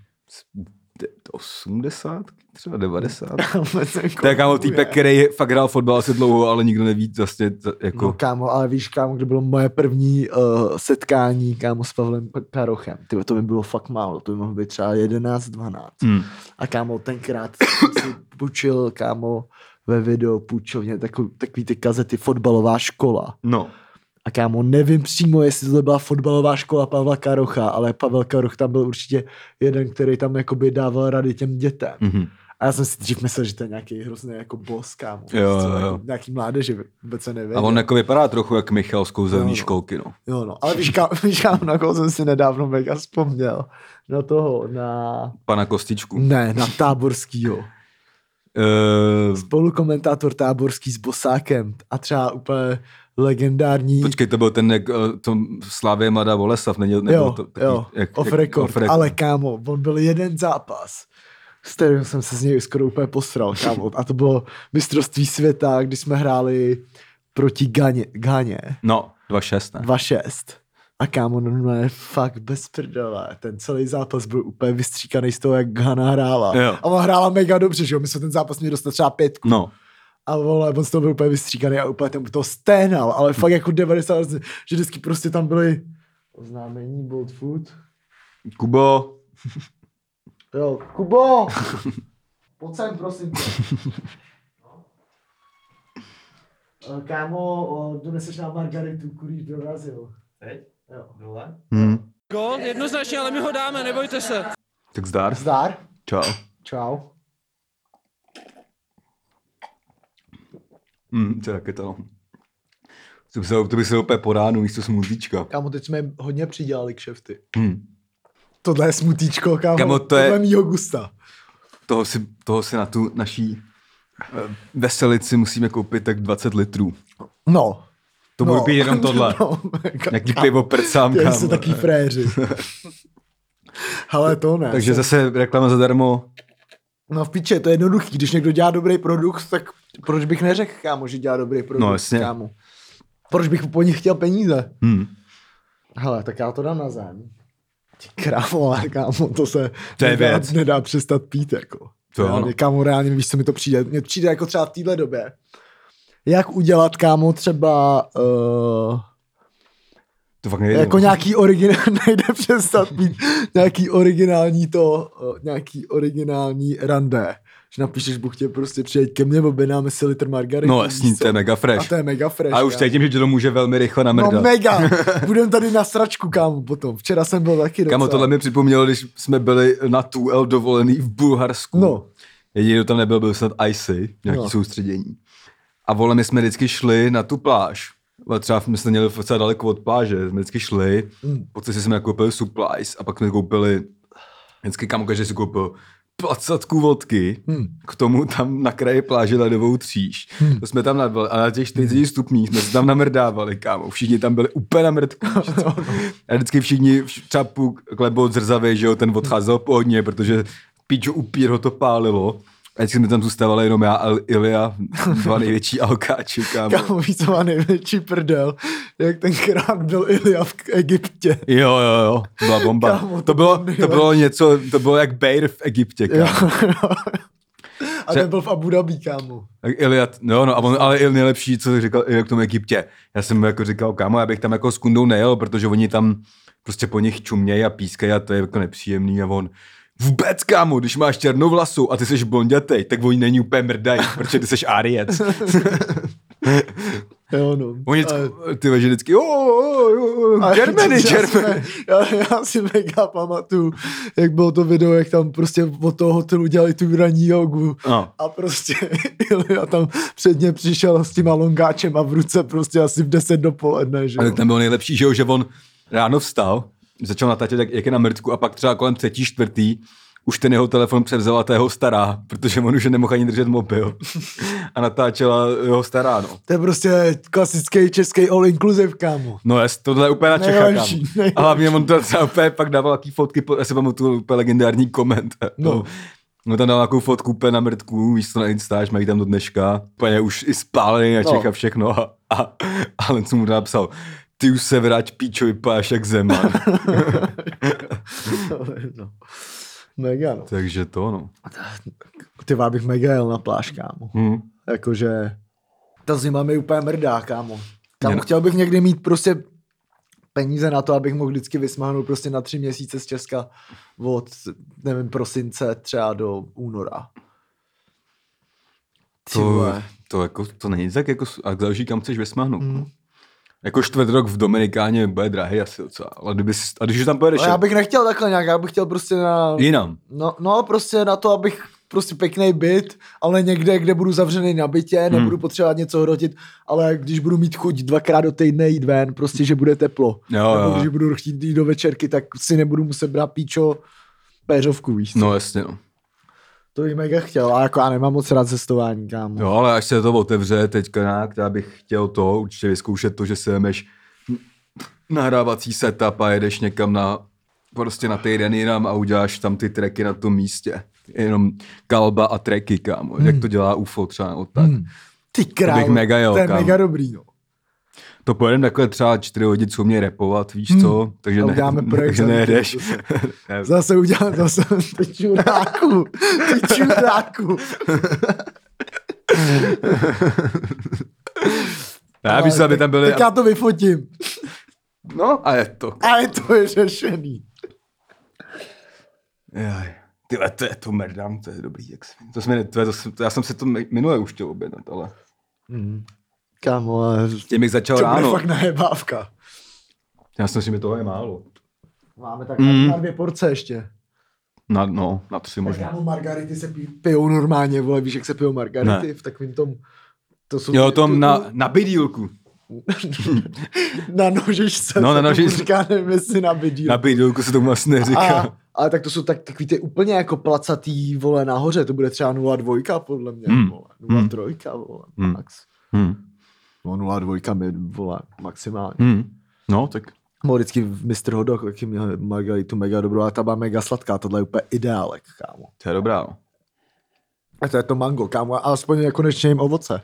80, třeba 90. To je kámo týpek, který fakt hrál fotbal asi dlouho, ale nikdo neví vlastně jako... No kámo, ale víš kámo, kde bylo moje první setkání kámo s Pavlem Karochem. Tyhle, to by bylo fakt málo, to by mohlo být třeba 11, 12. A kámo, tenkrát jsem si půjčil kámo ve videu půjčovně takový ty kazety Fotbalová škola. No. A kámo, nevím přímo, jestli to byla fotbalová škola Pavla Karocha, ale Pavel Karoch tam byl určitě jeden, který tam jakoby dával rady těm dětem. Mm-hmm. A já jsem si dřív myslel, že to je nějaký hrozný jako boss, kámo. Jo. Jako nějaký mládeži, vůbec se nevěděl. A on jako vypadá trochu jak Michal z kouzelní školky, no. Jo, no. Ale víš, kámo, na koho jsem si nedávno mega vzpomněl. Na Pana Kostičku. Ne, na Táborskýho. Spolukomentátor Táborský s Bosákem a třeba úplně legendární... Počkej, to byl ten, jak to Slávě Mladá Boleslav, nebyl jo, to takový, jo, off record, ale kámo, on byl jeden zápas, s kterým jsem se z něj skoro úplně posral, kámo, a to bylo mistrovství světa, kdy jsme hráli proti Ghaně. No, 2-6, ne? 2-6. A kámo, no je fakt bez prdele. Ten celý zápas byl úplně vystříkaný z toho, jak Ghana hrála. Jo. A ona hrála mega dobře, že jo? My jsme ten zápas měli dostat třeba 5. No. A vole, on z toho byl úplně vystříkaný a úplně tam to sténal, ale fakt jako 90, že vždycky prostě tam byly oznámení Bold Food. Kubo. Jo, Kubo! Pojď sem, prosím tě. No. Kámo, doneseš nám margaritu, kurýř dorazil. Teď? Jo. Dole? Gól, jednoznačně, ale my ho dáme, nebojte se. Tak zdar. Zdar. Čau. Čau. To je taky to. To by se úplně po ránu místo smutíčka. Kámo, teď jsme hodně přidělali kšefty. Tohle je smutíčko, kámo. To je mýho gusta. Toho si na tu naší veselici musíme koupit tak 20 litrů. No. To bude být jenom tohle. No, Jaký pivo prcám, kámo. kámo. Jsou taky fréři. Ale to ne. Takže zase reklama zadarmo. No v piče, to je jednoduchý. Když někdo dělá dobrý produkt, tak proč bych neřekl, kámo, že dělá dobrý produkt, no, jasně. Kámo. Proč bych po nich chtěl peníze? Hele, tak já to dám na zem. Krávo, ale kámo, to se To je věc. nedá přestat pít, jako. To Reálně, ano. kámo, reálně, víš, co mi to přijde? Mně přijde jako třeba v téhle době. Jak udělat, kámo, třeba To fakt nejde. jako nějaký originál, nejde přestat pít nějaký originální rande. Že napíšeš, buchtě prostě přijet ke mně, objednáme si litr margarity. No jasný, to je mega A fresh. to je mega fresh. A už kámo. cítím, že to může velmi rychle namrdat. No mega. Budem tady na sračku, kámo, potom. Včera jsem byl taky docela. Kámo, tohle mi připomnělo, když jsme byli na 2L dovolený v Bulharsku. No. Jediný, kdo tam nebyl, byl snad Icy, nějaký soustředění. A vole, my jsme vždycky šli na tu pláž. A třeba my jsme měli docela daleko od pláže, jsme vždycky šli, po cestě jsme koupili supplies a pak jsme koupili, vždycky kam každý si koupil 20 vodky, k tomu tam na kraji pláže ledovou tříž. To jsme tam nadvali a na těch 40 stupních jsme se tam namrdávali, kámo. Všichni tam byli úplně na mrtku. A vždycky všichni, třeba půl klebo od zrzavy, že jo, ten odcházel pohodně, protože píčo upír ho to pálilo. A vždycky jsme tam zůstávali jenom já a Ilja, dva největší alkáči, kámo. Kámo, víš, co má největší prdel? Jak tenkrát byl Ilja v Egyptě. Jo, byla bomba. Kámo, to bylo něco, to bylo jak Bejr v Egyptě, kámo. A ten byl v Abu Dhabi, kámo. Ilja, ale Il nejlepší, co říkal Ilja k tomu Egyptě. Já jsem mu jako říkal, kámo, já bych tam jako s Kundou nejel, protože oni tam prostě po nich čumějí a pískají a to je jako nepříjemný a on vůbec, kámo, když máš černou vlasu a ty jsi blondětej, tak oni není úplně mrdají, protože ty jsi Ariec. Jo, no. Oni ty veži vždycky, Germany. Já si mega pamatuju, jak bylo to video, jak tam prostě od toho hotelu dělali tu ranní jogu. No. A prostě Ilja tam před ně přišel s tím longáčem a v ruce prostě asi v 10 dopoledne, že A jo. tak tam bylo nejlepší, že on ráno vstal, začal natáčet, jak je na mrtku a pak třeba kolem 3., 4. už ten jeho telefon převzala ta jeho stará, protože on už nemohl ani držet mobil. A natáčela jeho stará, no. To je prostě klasický český all inclusive, kámo. No tohle je úplně na Čecha, Nejlepší, kámo. nejlepší. A hlavně on to třeba úplně pak dával taký fotky, já si pamatuju úplně legendární koment. No. On tam dal nějakou fotku úplně na mrtku, víš to na Instač, mají tam do dneška. Úplně už i spálený na Čech a všechno. Ale co mu napsal, ty už se vrať, píčo, vypadáš jak Zeman. No. Mega, no. Takže to, no. Ty bych mega jel na pláž, kámo. Jakože ta zima mi úplně mrdá, kámo. Kámo, chtěl bych někdy mít prostě peníze na to, abych mohl vždycky vysmáhnout prostě na 3 měsíce z Česka od, nevím, prosince třeba do února. To není tak jako, a záleží, kam chceš vysmáhnout. Jako 4 rok v Dominikáně bude drahý asi docela, ale když už tam pojedeš... Já bych nechtěl takhle nějak, já bych chtěl prostě na... Jinam. No, prostě na to, abych prostě pěkný byt, ale někde, kde budu zavřený na bytě, nebudu potřebovat něco hrotit, ale když budu mít chuť 2krát do týdne jít ven, prostě, že bude teplo. Nebo když budu chtít jít do večerky, tak si nebudu muset brát píčo péřovku, víš. No jasně, no. To bych mega chtěl, a jako já nemám moc rád cestování, kámo. Jo, ale až se to otevře teďka nějak, já bych chtěl to určitě vyzkoušet to, že si vemeš nahrávací setup a jedeš někam prostě na týden jinam a uděláš tam ty tracky na tom místě. Jenom kalba a tracky, kámo. Jak to dělá UFO třeba, no tak. Ty krávo, bych mega jel, to je kámo. mega dobrý, no. To pojedem takhle třeba 4 hodin, co mě rapovat, víš co? Takže A uděláme projekt takže za nejedeš. Zase udělám, ty čuráku. Já bych se, aby tam byli... Tak já to vyfotím. No a je to. A je to vyřešený. Jaj. Tyhle, to mrdám, to je dobrý. Já jsem se to minule už chtěl objednat, ale... Kámo, ale... Tím bych začal To bude ráno. fakt nahebávka. Já si myslím, že toho je málo. Máme tak na 2 porce ještě. Na 3 možná. Kámo, margarity se pijou normálně, vole, víš, jak se pijou margarity? Ne. V takovým tom... To jsou Jo, tom na bydílku. na nožičce. No, na nožičce. Říká, nevím, jestli na bydílku. Na bydílku se tomu vlastně neříká. Ale tak to jsou takový ty úplně jako placatý, vole, nahoře, to bude třeba 0,2 podle mě, vole, 0,3, vole, max. No 0,2 mi, vole, maximálně. No, tak. Mohl vždycky Mr. Hodok, jaký měl margaritu mega dobrou, ale ta byla mega sladká, tohle je úplně ideálek, kámo. To je dobrá, no. A to je to mango, kámo, a aspoň je konečně jim ovoce.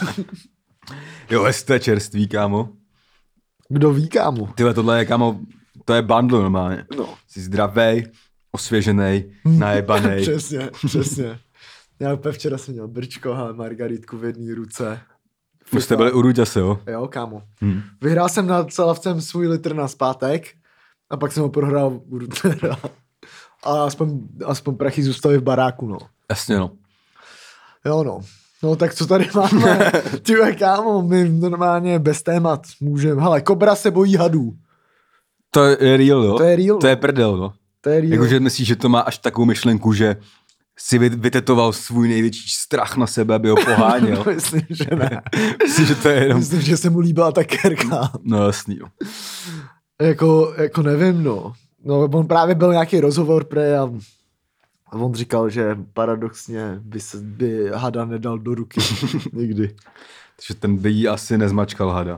Jo, to je čerstvý, kámo. Kdo ví, kámo? Tyhle, tohle je, kámo, To je bundle normálně. No. Jsi zdravej, osvěženej, najebanej. Přesně. Já úplně včera jsem měl brčko a margaritku v jedné ruce. Už jste byli u Ruďase, jo? Jo, kámo. Vyhrál jsem na celavcem svůj litr na zpátek a pak jsem ho prohrál u Rutera. A aspoň prachy zůstaly v baráku, no. Jasně, no. Jo, no. No tak co tady máme? Tyhle, kámo, my normálně bez témat můžeme. Hele, kobra se bojí hadů. To je real, jo? To je real, To je no. prdel, no. To je real. Jakože myslíš, že to má až takovou myšlenku, že si vytetoval svůj největší strach na sebe, aby ho poháněl. Myslím, že ne. Myslím, že to je jenom... Myslím, že se mu líbila ta kerka. No jasný, jo. Jako nevím, no. No, on právě byl nějaký rozhovor a on říkal, že paradoxně by hada nedal do ruky. Nikdy. Takže ten by jí asi nezmačkal hada.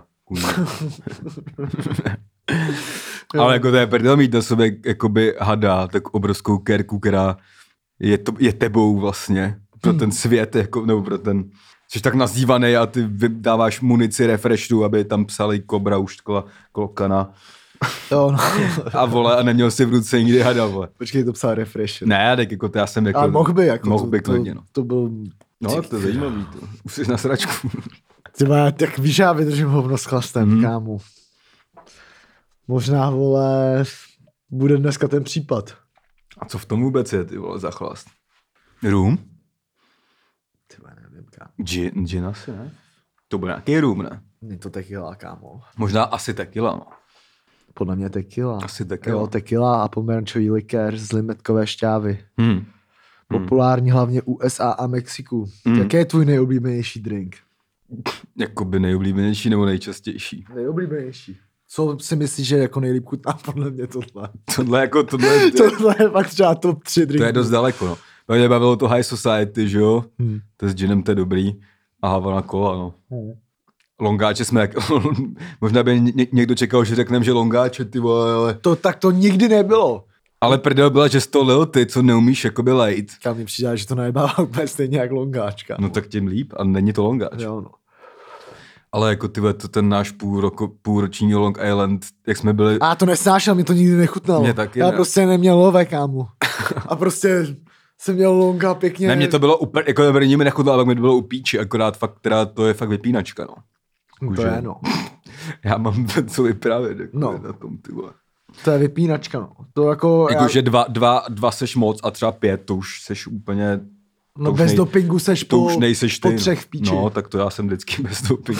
Ale jako to je prdel mít na sobě jakoby hada, tak obrovskou kerku, která je tebou vlastně. Pro ten svět, jako, nebo pro ten... Jsi tak nazývaný a ty dáváš munici refreshu, aby tam psali kobra, uštkla, klokana. Jo, no. A vole, a neměl si v ruce nikdy hada, vole. Počkej, to psal refresh. Ne, tak jako to já jsem jako... Ale mohl by, jako. Mohl by klidně, no. To byl... No, to je zajímavý, to. Už jsi na sračku. Tyba, tak víš, já vydržím hovno s chlastem, kámo. Možná, vole, bude dneska ten případ. A co v tom vůbec je, ty vole, za chlast? Rum? Tyba, nevím, kámo. Gin asi, ne? To bude nějaký rum, ne? Je to tequila, kámo. Možná asi tequila, no. Podle mě tequila. Asi tequila. Jo, tequila a pomerančový likér z limetkové šťávy. Hmm. Populární hlavně USA a Mexiku. Jaký je tvůj nejoblíbenější drink? Jakoby nejoblíbenější nebo nejčastější. Nejoblíbenější. Co si myslíš, že jako nejlíp chutná podle mě tohle? Tohle Tohle je fakt třeba top 3 drinků. to je dost daleko, no. Mě bavilo to High Society, že jo? To s ginem to je dobrý. A Havana Cola, no. Longáče jsme, možná by někdo čekal, že řekneme, že longáče, ty vole, ale... Tak to nikdy nebylo. Ale prdel byla, že z toho lil ty, co neumíš jakoby lejt. Kam mi přijde, že to najebává úplně stejně jak longáčka. No tak tím líp, a není to longáč. Jo, no. Ale jako ty to ten náš půlroční Long Island, jak jsme byli... A to nesnášel, mi to nikdy nechutnalo. Mě taky Já ne. prostě neměl lové, kámo. A prostě jsem měl longa pěkně... Ne, mě to bylo úplně, jako první mi nechutnalo, ale pak mi to bylo u píči, akorát fakt, teda to je fakt vypínačka, no. To je, no. Já mám co vyprávět, jako No. na tom, ty vole. To je vypínačka, no. To jako... Jakože dva seš moc a třeba 5, to už seš úplně... No bez dopingu seš to po, už nejseš po ty. 3 v píči. No, tak to já jsem vždycky bez dopingu.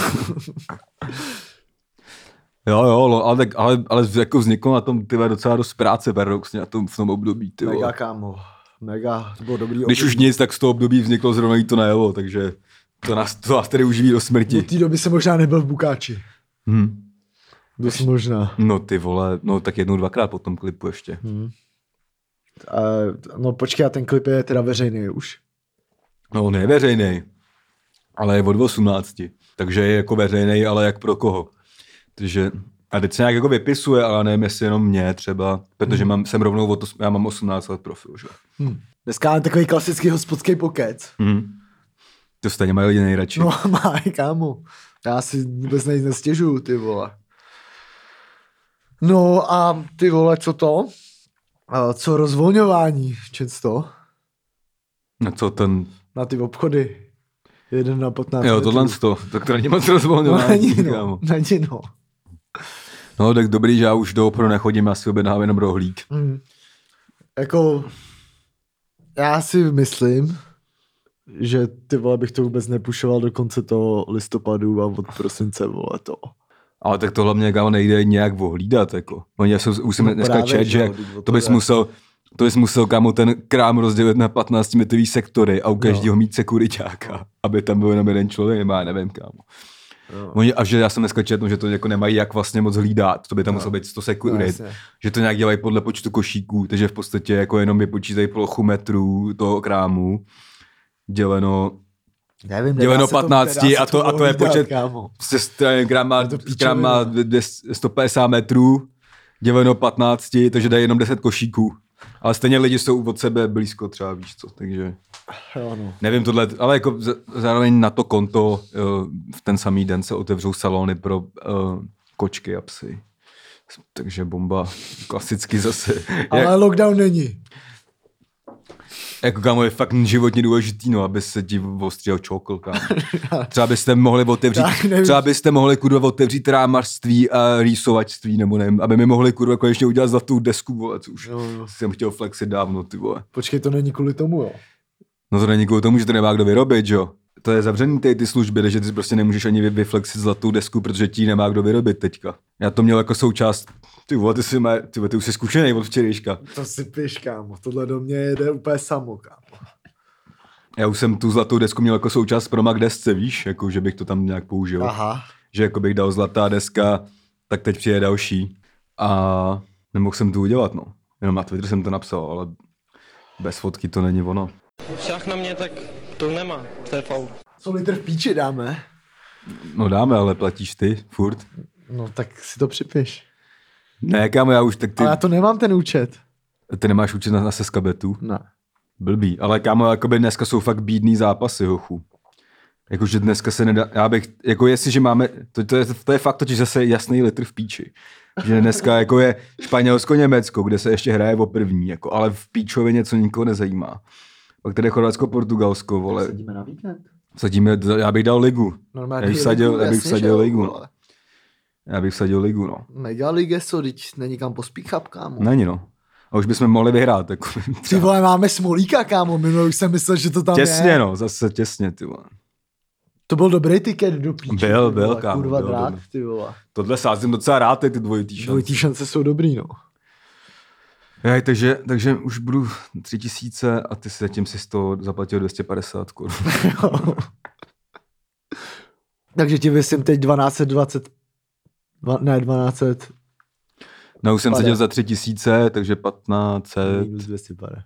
jo, ale jako vzniklo na tom tyhle docela dost práce paradoxně v tom období. Ty vole. Mega, kámo. Mega, to bylo dobrý Když období. už nic, tak z toho období vzniklo zrovna jí to najelo, takže to nás tady uživí do smrti. Do té doby jsem možná nebyl v Bukáči. Hm. Dost možná. No ty vole, no tak 1-2krát po tom klipu ještě. No počkej, a ten klip je teda veřejný už. No on je veřejný, ale je od 18, takže je jako veřejný, ale jak pro koho. Takže a teď se nějak jako vypisuje, ale nevím, jestli jenom mě třeba, protože jsem rovnou já mám 18 let profil, že? Dneska mám takový klasický hospodský pokec. To stejně mají lidi nejradši. No máj, kámo. Já si vůbec nestěžuju, ty vole. No a ty vole, co to? Co rozvolňování? Často? No co ten... Na ty obchody. 1 na 15 Jo, metrů. tohle to, tak to není moc No, rozvolňování. není, kámo. no. Není, no. No tak dobrý, že já už do obchodu nechodím, já si objednávám jenom rohlík. Jako, já si myslím, že ty vole bych to vůbec nepušoval do konce toho listopadu a od prosince, vole, to. Ale tak to hlavně kámo nejde nějak ohlídat, jako. Už jsem No dneska právě, čet, že že jo, teď o to bys to jde. musel kámo ten krám rozdělit na 15-metrový sektory a u každého mít sekuriťáka, aby tam byl jenom jeden člověk, nebo já nevím, kámo. A že já jsem dneska četl, že to jako nemají jak vlastně moc hlídat, to by tam muselo být 100 sekurit, že to nějak dělají podle počtu košíků, takže v podstatě jako jenom vypočítají plochu metrů toho krámu, děleno Nevím, děleno 15 a to je počet, kámo. krám má to píčovina. 150 metrů, děleno 15, takže dají jenom 10 košíků. Ale stejně lidi jsou od sebe blízko třeba, víš co, takže Jo, no. nevím tohle, ale jako zároveň na to konto v ten samý den se otevřou salony pro kočky a psy. Takže bomba klasicky zase. Ale lockdown není. Jako kámo, je fakt životně důležitý, no, aby se ti ostříhal čokol, kámo. Třeba byste mohli kurva otevřít rámařství a rýsovačství, nebo nevím, aby mi mohli kurva konečně udělat zlatou desku, vole, co už jsem chtěl flexit dávno, ty vole. Počkej, to není kvůli tomu, jo? No to není kvůli tomu, že to nemá kdo vyrobit, jo. To je zavřený ty služby, takže ty prostě nemůžeš ani vyflexit zlatou desku, protože ti nemá kdo vyrobit teďka. Já to měl jako součást, ty vole, ty už jsi zkušenej od včerejška. To si píš, kámo, tohle do mě jede úplně samo, kámo. Já už jsem tu zlatou desku měl jako součást pro Mac desce, víš, jako že bych to tam nějak použil. Aha. Že jako bych dal zlatá deska, tak teď přijde další. A nemohl jsem to udělat, no. Jenom na Twitter jsem to napsal, ale bez fotky to není ono. Však na mě, tak to nemá, to je faul. Co litr v píči dáme? No dáme, ale platíš ty, furt. No tak si to připiš. Ne, kámo, já už tak ty... Ale já to nemám ten účet. Ty nemáš účet na Seskabetu? Ne. Blbý, ale kámo, jakoby dneska jsou fakt bídný zápasy, hochu. Jakože dneska se nedá, já bych, jako jestliže máme, to je fakt totiž zase jasný litr v píči. Že dneska jako je Španělsko-Německo, kde se ještě hraje o první, jako, ale v píčově něco nikoho nezajímá. Pak tady Chorvatsko-Portugalsko, vole. Sadíme na víkend. Já bych dal ligu. Normálně Já bych vsadil ligu, no. Já bych vsadil ligu, no. Mega lige, co, teď není kam pospíchat, kámo. Není, no. A už bychom mohli vyhrát. Jako, Ty vole, máme Smolíka, kámo, minulý už jsem myslel, že to tam těsně, je. no, zase těsně, ty vole. To byl dobrý tiket do píče. Byl, kámo. Kurva byl, drát, byl. ty vole. Tohle sázím docela rád, ty dvojitý šance. Dvojitý šance jsou dobrý, no. Takže už budu 3000 a ty si zatím si z toho zaplatil 250 korun. Takže ti vysím teď 1220, ne 1200, No už jsem seděl za 3000, takže 1500. minus 250.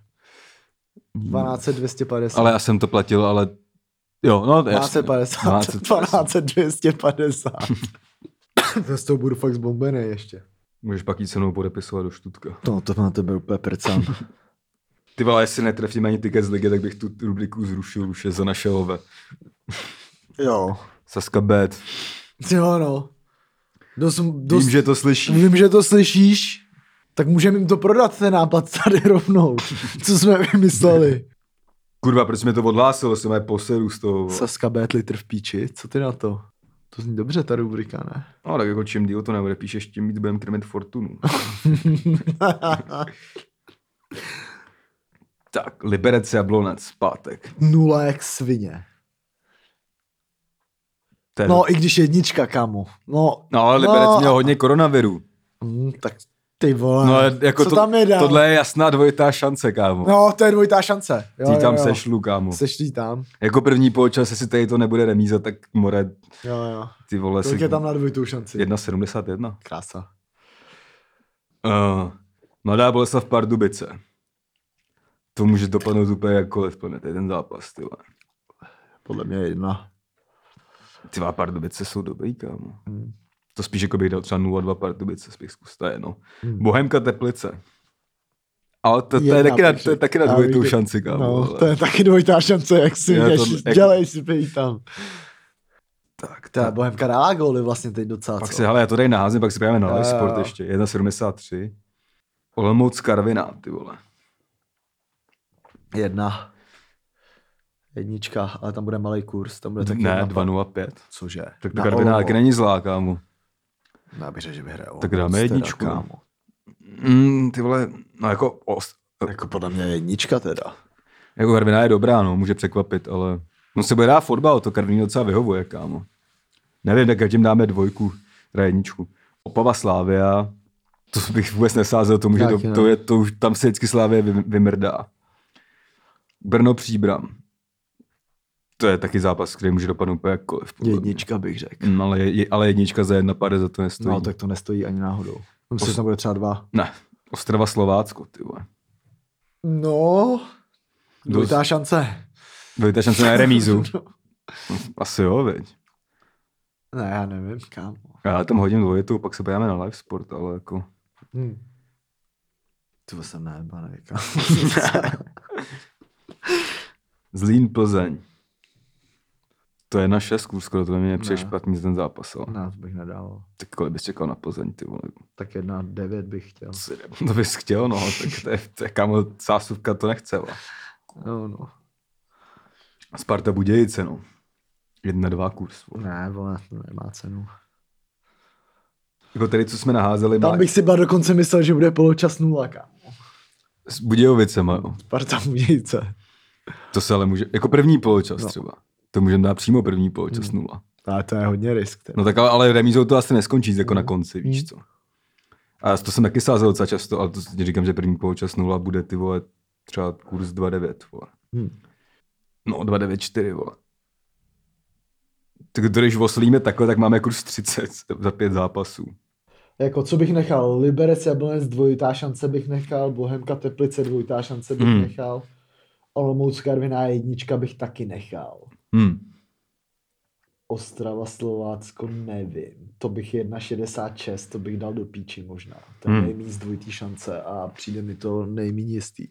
1250. Ale já jsem to platil, ale jo, no jasně. 1250. 250. To z toho budu fakt zbombený ještě. Můžeš pak jít se mnou podepisovat do Štutka. No, to na tebe úplně prcám. Ty vole, jestli netrefím ani tiket z ligy, tak bych tu rubriku zrušil už je za naše love. Jo. Saska Bet. Jo, no. Vím, že to slyšíš. Vím, že to slyšíš. Tak můžeme jim to prodat, ten nápad tady rovnou. Co jsme vymysleli. Kurva, proč jsme to odhlásili? Jsem mají poseru z toho. Saska Bet litr v píči. Co ty na to? To zní dobře, ta rubrika, ne? No, tak jako čím díl to neodepíšeš, tím víc budeme krmit fortunu. Tak, Liberec Jablonec, pátek. 0 jak svině. To je No, i když jednička, kámo. No, ale Liberec měl hodně koronaviru. Tak ty vole. No, jako co tam je dál? Tohle je jasná dvojitá šance, kámo. No, to je dvojitá šance. Ty tam sešlu, kámo. Sešlí tam. Jako první poločas, jestli tady to nebude remíza, tak more, Jo. ty vole, Kolik je tam na dvojitou šanci? 1,71. Krása. Mladá Boleslav Pardubice. To může dopadnout úplně jakkoliv, to je ten zápas, ty vole. Podle mě 1. Ty vole, Pardubice jsou dobrý, kámo. To spíš jako bych dal třeba 0,2 Pardubice, spíš zkus, to je jedno. Bohemka Teplice. Ale to je taky na dvojitou šanci, kámo. No, to je taky dvojitá šance, jak si dělej si pejít tam. Tak, Ta Bohemka dala góly vlastně teď docela. Pak se, hele, já to tady naházím, pak si pojďme na Live Sport ještě. 1,73. Olomouc Karviná, ty vole. 1. Jednička, ale tam bude malý kurz, tam bude taky ne, 2,05. Cože? Tak ta Karviná taky není zlá, kámo. Já bych řekl, že vyhraje Olomouc. Tak dáme jedničku. Kámo. Ty vole, no jako... Jako podle mě jednička teda. Jako Karviná je dobrá, no, může překvapit, ale... No se bude dát fotbal, to Karviní docela vyhovuje, kámo. Nevím, tak tím dáme 2, teda 1. Opava Slávia, to bych vůbec nesázel, to může, to už tam se vždycky Slávia vymrdá. Brno Příbram. To je taky zápas, který může dopadnout úplně jakkoliv. Jednička bych řekl. No, ale jednička za 1,50 za to nestojí. No, tak to nestojí ani náhodou. Myslím, že tam bude třeba 2. Ne, Ostrava Slovácko, ty vole. No, dvojitá šance. Dvojitá šance na remízu. Asi jo, veď. Ne, já nevím, kámo. Já tam hodím dvojitou, pak se podíváme na Live Sport, ale jako... To jsem nejebaný, kámo. Zlín Plzeň. To je na 6 kurz, skoro to mě nepřeje špatný za ten zápas. Ale. Nás bych nedával. Tak kolik bys čekal na Plzeň, ty vole? Tak 1,9 bych chtěl. To bys chtěl, no, tak to je kámo, sásuvka to nechce, vole. No. Sparta Budějice, no. 1-2 kurz. Vole. Ne, vole, to nemá cenu. Jako tady, co jsme naházeli, Tam bych si dokonce myslel, že bude poločas 0, kámo. s Budějovicema, jo. Sparta Budějice. To se ale může, jako první poločas třeba. To můžeme dát přímo první poločas 0. Ale to je hodně risk. No tak ale remízou to asi neskončí jako na konci, víš co. A to jsem taky sázel docela často, ale to ti říkám, že první poločas 0 bude, ty vole, třeba kurz 2,9, vole. No, 2,94, vole. Tak když oslíme takhle, tak máme kurz 30 za 5 zápasů. Jako co bych nechal? Liberec Jablonec dvojitá šance bych nechal, Bohemka Teplice dvojitá šance bych nechal, Olomouc Karviná jednička bych taky nechal. Ostrava Slovácko nevím, to bych 1,66, to bych dal do píči možná. To je nejméně z dvojitý šance a přijde mi to nejméně jistý.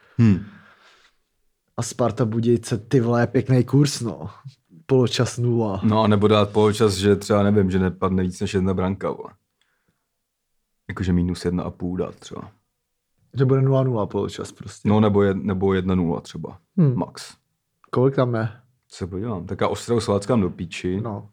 A Sparta Budějce, ty vole, pěkný kurz, no. Poločas 0. No a nebo dát poločas, že třeba nevím, že nepadne víc než 1 branka, vole. Jakože minus 1,5 dát třeba. Že bude 0-0 poločas prostě. No nebo 1-0 třeba, max. Kolik tam je? Co se podívám, taká Ostravu Slovácka dám do píči. No.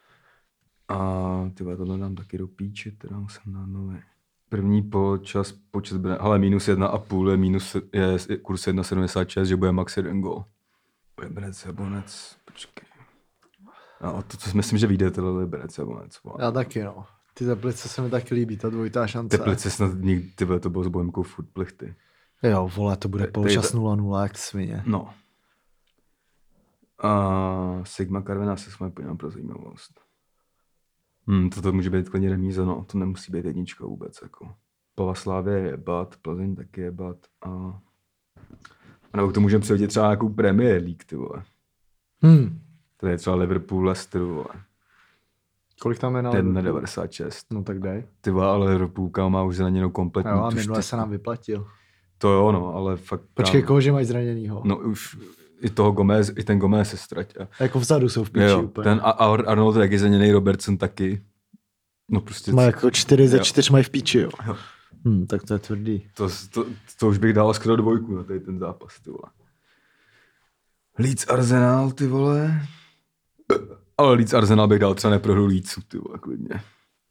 A tyhle tohle dám taky do píči, teda musím dát nový. První poločas, počet, ale minus 1,5 je kurz 1,76, že bude max 1 gól. Liberec, Jablonec, počkej. No, to co myslím, že vyjde tohle Liberec, Jablonec. Já taky, no. Ty Teplice se mi taky líbí, ta dvojitá šance. Teplice snad nikdy, tyhle, to bylo s Bohemkou furt plichty. Jo, vole, to bude poločas 0-0, jak svině. No. A Sigma Karviná se jsme podívám pro zajímavost. Toto může být klidně remíza, no, to nemusí být jednička vůbec, jako. Slávě je bat, Plzeň taky je bat a nebo k tomu můžeme přihodit třeba nějakou Premier League, ty vole. Tady je třeba Liverpool, Leicester, vole. Kolik tam je na Ten na Liverpool? 96. No tak dej. Ty vole, ale Liverpoolka má už zraněnou kompletní. Jo, a minule se nám vyplatil. To jo, no, ale fakt... Počkej, koho že mají zraněnýho? No už i ten Gomez se ztratil. Jako vzadu jsou v píči úplně. Ten Arnold jak je zraněný, Robertson taky. No prostě... Má jako 4 ze 4 mají v píči, jo. Jo. Tak to je tvrdý. To už bych dal skoro 2 na tady ten zápas, ty vole. Leeds Arsenal, ty vole. Ale Leeds Arsenal bych dal třeba neprohru Leedsu, ty vole, klidně.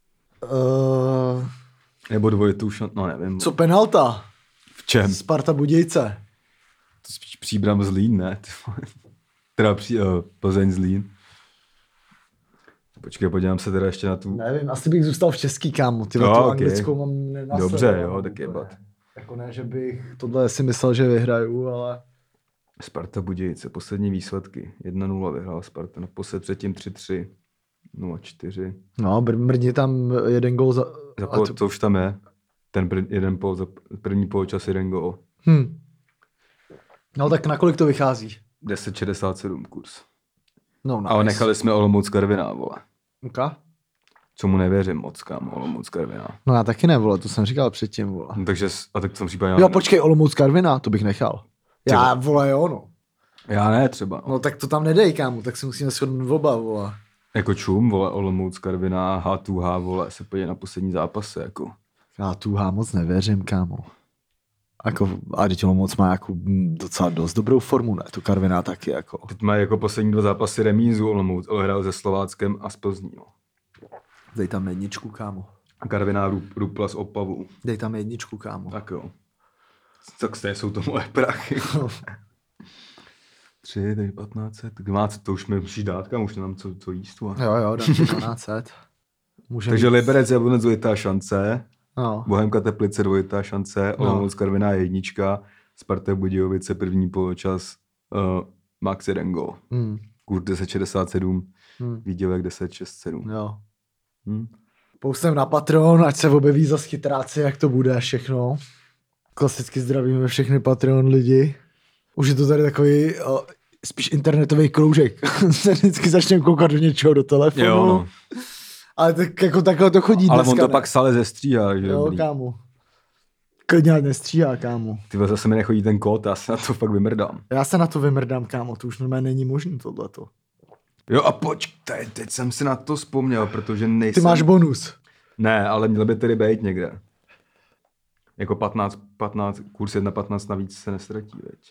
Nebo dvojitou no nevím. Co penalta? V čem? Sparta Budějce. To spíš Příbram Zlín, ne? Ty vole. Teda Plzeň Zlín. Počkej, podívám se teda ještě na tu... Nevím, asi bych zůstal v český, kámo. Ty tu anglickou mám nenasledoval. Dobře, jo, tak je bat. Jako ne, že bych tohle si myslel, že vyhraju, ale... Sparta Budějice, poslední výsledky. 1-0 vyhrál Sparta, naposled předtím 3-3, 0-4. No, mrdni tam jeden gól za... To už tam je. Ten první poločas 1 gól. No tak na kolik to vychází? 10,67 kurz. No, nice. Ale nechali jsme Olomouc Karviná, vole. Okay. Co mu nevěřím moc, kámo, Olomouc Karviná. No já taky ne, vole, to jsem říkal předtím, vole. No, takže, a tak v tom případě... Jo, počkej, Olomouc Karviná, to bych nechal. Já, vole, jo, no. Já ne, třeba. No tak to tam nedej, kámo, tak si musíme shodnout oba, vole. Jako čum, vole, Olomouc Karviná, H2H, vole, se podívej na poslední zápase, jako. Já H2H moc nevěřím, kámo. Jako, a teď Olomouc má jako docela dost dobrou formu, ne? To Karviná taky, jako. Teď má jako poslední 2 zápasy remízu Olomouc, ale hrál se Slováckem a s Plzní, no. Dej tam jedničku, kámo. A Karviná rupla s Opavou. Dej tam jedničku, kámo. Tak jo. Tak stejně jsou to moje prachy. 3, tady 15, tak 12, to už mi musíš dát, kam už nemám co jíst. Jo, dám ti 12. Takže Liberec Jablonec dvojitá šance, no. Bohemka Teplice dvojitá šance, Olomouc Karviná jednička, Sparta Budějovice první poločas, max 1 gól. Kurz 10,67, výdělek 10,67. Jo. Poustem na Patreon, ať se objeví zas chytráci, jak to bude všechno. Klasicky zdravíme všechny Patreon lidi. Už je to tady takový spíš internetový kroužek. Se vždycky začneme koukat do něčeho do telefonu. Jo, no. Ale tak, jako takhle to chodí ale dneska. on to pak stále zestříhá. Že jo, dobrý. kámo. Klidně ať nestříhá, kámo. Ty zase mi nechodí ten kód, já se na to fakt vymrdám. Já se na to vymrdám, kámo. To už normálně není možný tohleto. Jo a počkej, teď jsem si na to vzpomněl, protože nejsem... Ty máš bonus. Ne, ale měl by tedy být někde. Jako 15, kurz 1,15 navíc se nestratí, veď.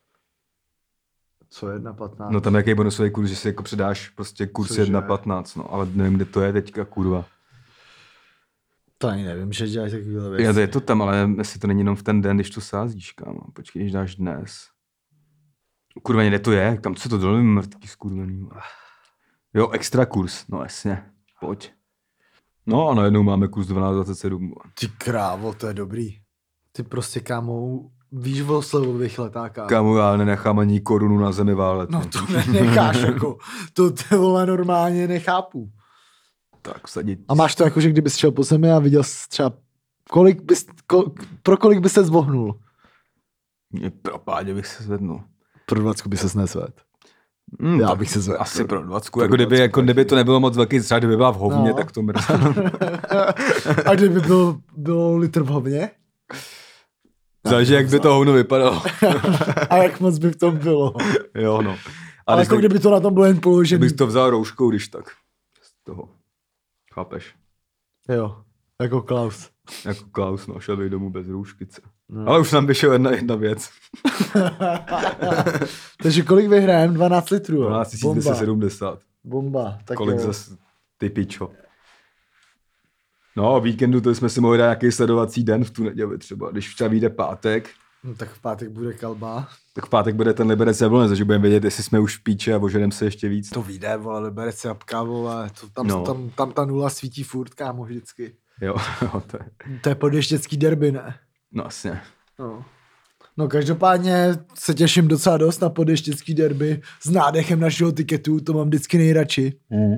Co 1,15? No tam jaký bonusový kurz, že si jako předáš prostě kurz Cože? 1,15, no, ale nevím, kde to je teďka, kurva. To ani nevím, že děláš takovýhle věci. Já to je to tam, ale jestli to není jenom v ten den, když to sázíš, kámo. Počkej, když dáš dnes. Kurva, kde to je? Tam co to dole mrtvý skurvený. Jo, extra kurz, no jasně, pojď. No a najednou máme kurz 12,27. Ty krávo, to je dobrý. Ty prostě, kámo, víš o slevových letákách. Kámo, já nenechám ani korunu na zemi válet. No to nenecháš, jako. To ty vole normálně nechápu. Tak vsadit. A máš to jako, že kdybys šel po zemi a viděl jsi třeba, pro kolik bys se zvohnul? Pro pádě bych se zvednul. Pro 20 by ses nezvedl. Já tak bych se zvedl. asi pro 20. pro Jako kdyby, 20 jako kdyby to nebylo moc velký, třeba kdyby byla v hovně, No. tak to mrzí. A kdyby bylo litr v hovně? Záleží, jak by to hovno vypadalo. A jak moc by v tom bylo? Jo, no. Ale když jako tak- kdyby to na tom bylo jen položený. bych to vzal rouškou, když tak. Z toho. Chápeš? Jo, jako Klaus. Jako Klaus, no, šel bych domů bez rouškice. No. Ale už nám vyšel jedna věc. Takže kolik vyhrajeme? 12 litrů. jo? 12 Bomba. 270. Bomba. Tak Kolik jo. zas ty pičo. No, o víkendu to jsme si mohli dát nějaký sledovací den v tu neděli třeba. Když třeba vyjde pátek, No, tak v pátek bude kalba. tak v pátek bude ten Liberec Jablonec, takže budeme vědět, jestli jsme už v píči a oženeme se ještě víc. To vyjde, vole, Liberec jabka, vole. Tam, No. tam ta nula svítí furt, kámo, vždycky. Jo, jo, to je. To je podještěcký derby, ne? No jasně. No každopádně se těším docela dost na podještěcký derby s nádechem našeho tiketu, to mám vždycky nejradši.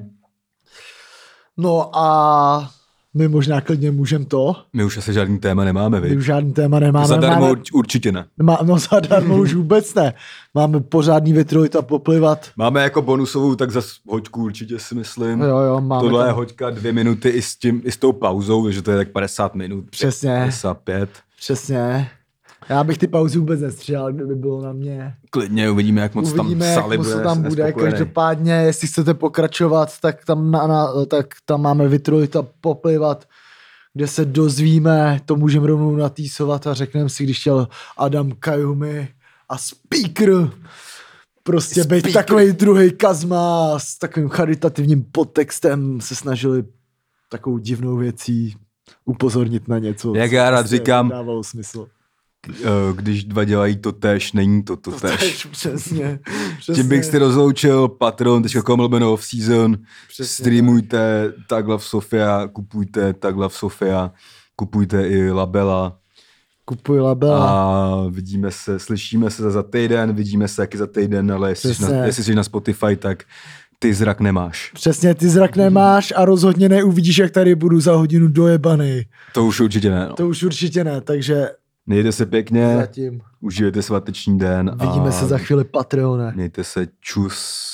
No a my možná klidně můžeme to. My už asi žádný téma nemáme, My viď? už žádný téma nemáme. Zadarmo máme, určitě ne. no zadarmo už vůbec ne. Máme pořádný vitrolita poplivat. Máme jako bonusovou, tak zas hoďku určitě si myslím. Jo, máme Tohle je tam. hoďka 2 minuty i s tou pauzou, takže to je tak 50 minut. Přesně. 55. Přesně. Já bych ty pauzy vůbec nestříhal, kdyby bylo na mě. Klidně uvidíme, jak moc Uvidíme, tam jak Sali moc bude to tam bude. nespokojený. Každopádně, jestli chcete pokračovat, tak tam máme vitrolita poplivat, kde se dozvíme, to můžeme rovnou natýsovat a řekneme si, když chtěl Adam Kajumi a Speaker prostě být takový druhý Kazma s takovým charitativním podtextem se snažili takovou divnou věcí upozornit na něco. Jak co já rád prostě říkám, nedávalo smysl. Když dva dělají to též, není to též. Přesně. Tím bych si rozloučil, patron.com off-season, Přesně streamujte Tag Love Sofia, kupujte Tag Love Sofia, kupujte i Labela Kupuj labela. a slyšíme se za týden, vidíme se taky za týden, ale Přesně. jestli jsi na Spotify, tak ty zrak nemáš. Přesně, ty zrak nemáš a rozhodně neuvidíš, jak tady budu za hodinu dojebanej. To už určitě ne. No. To už určitě ne, takže Mějte se pěkně, zatím užijete sváteční den. vidíme a se za chvíli, Patreone. Mějte se, čus.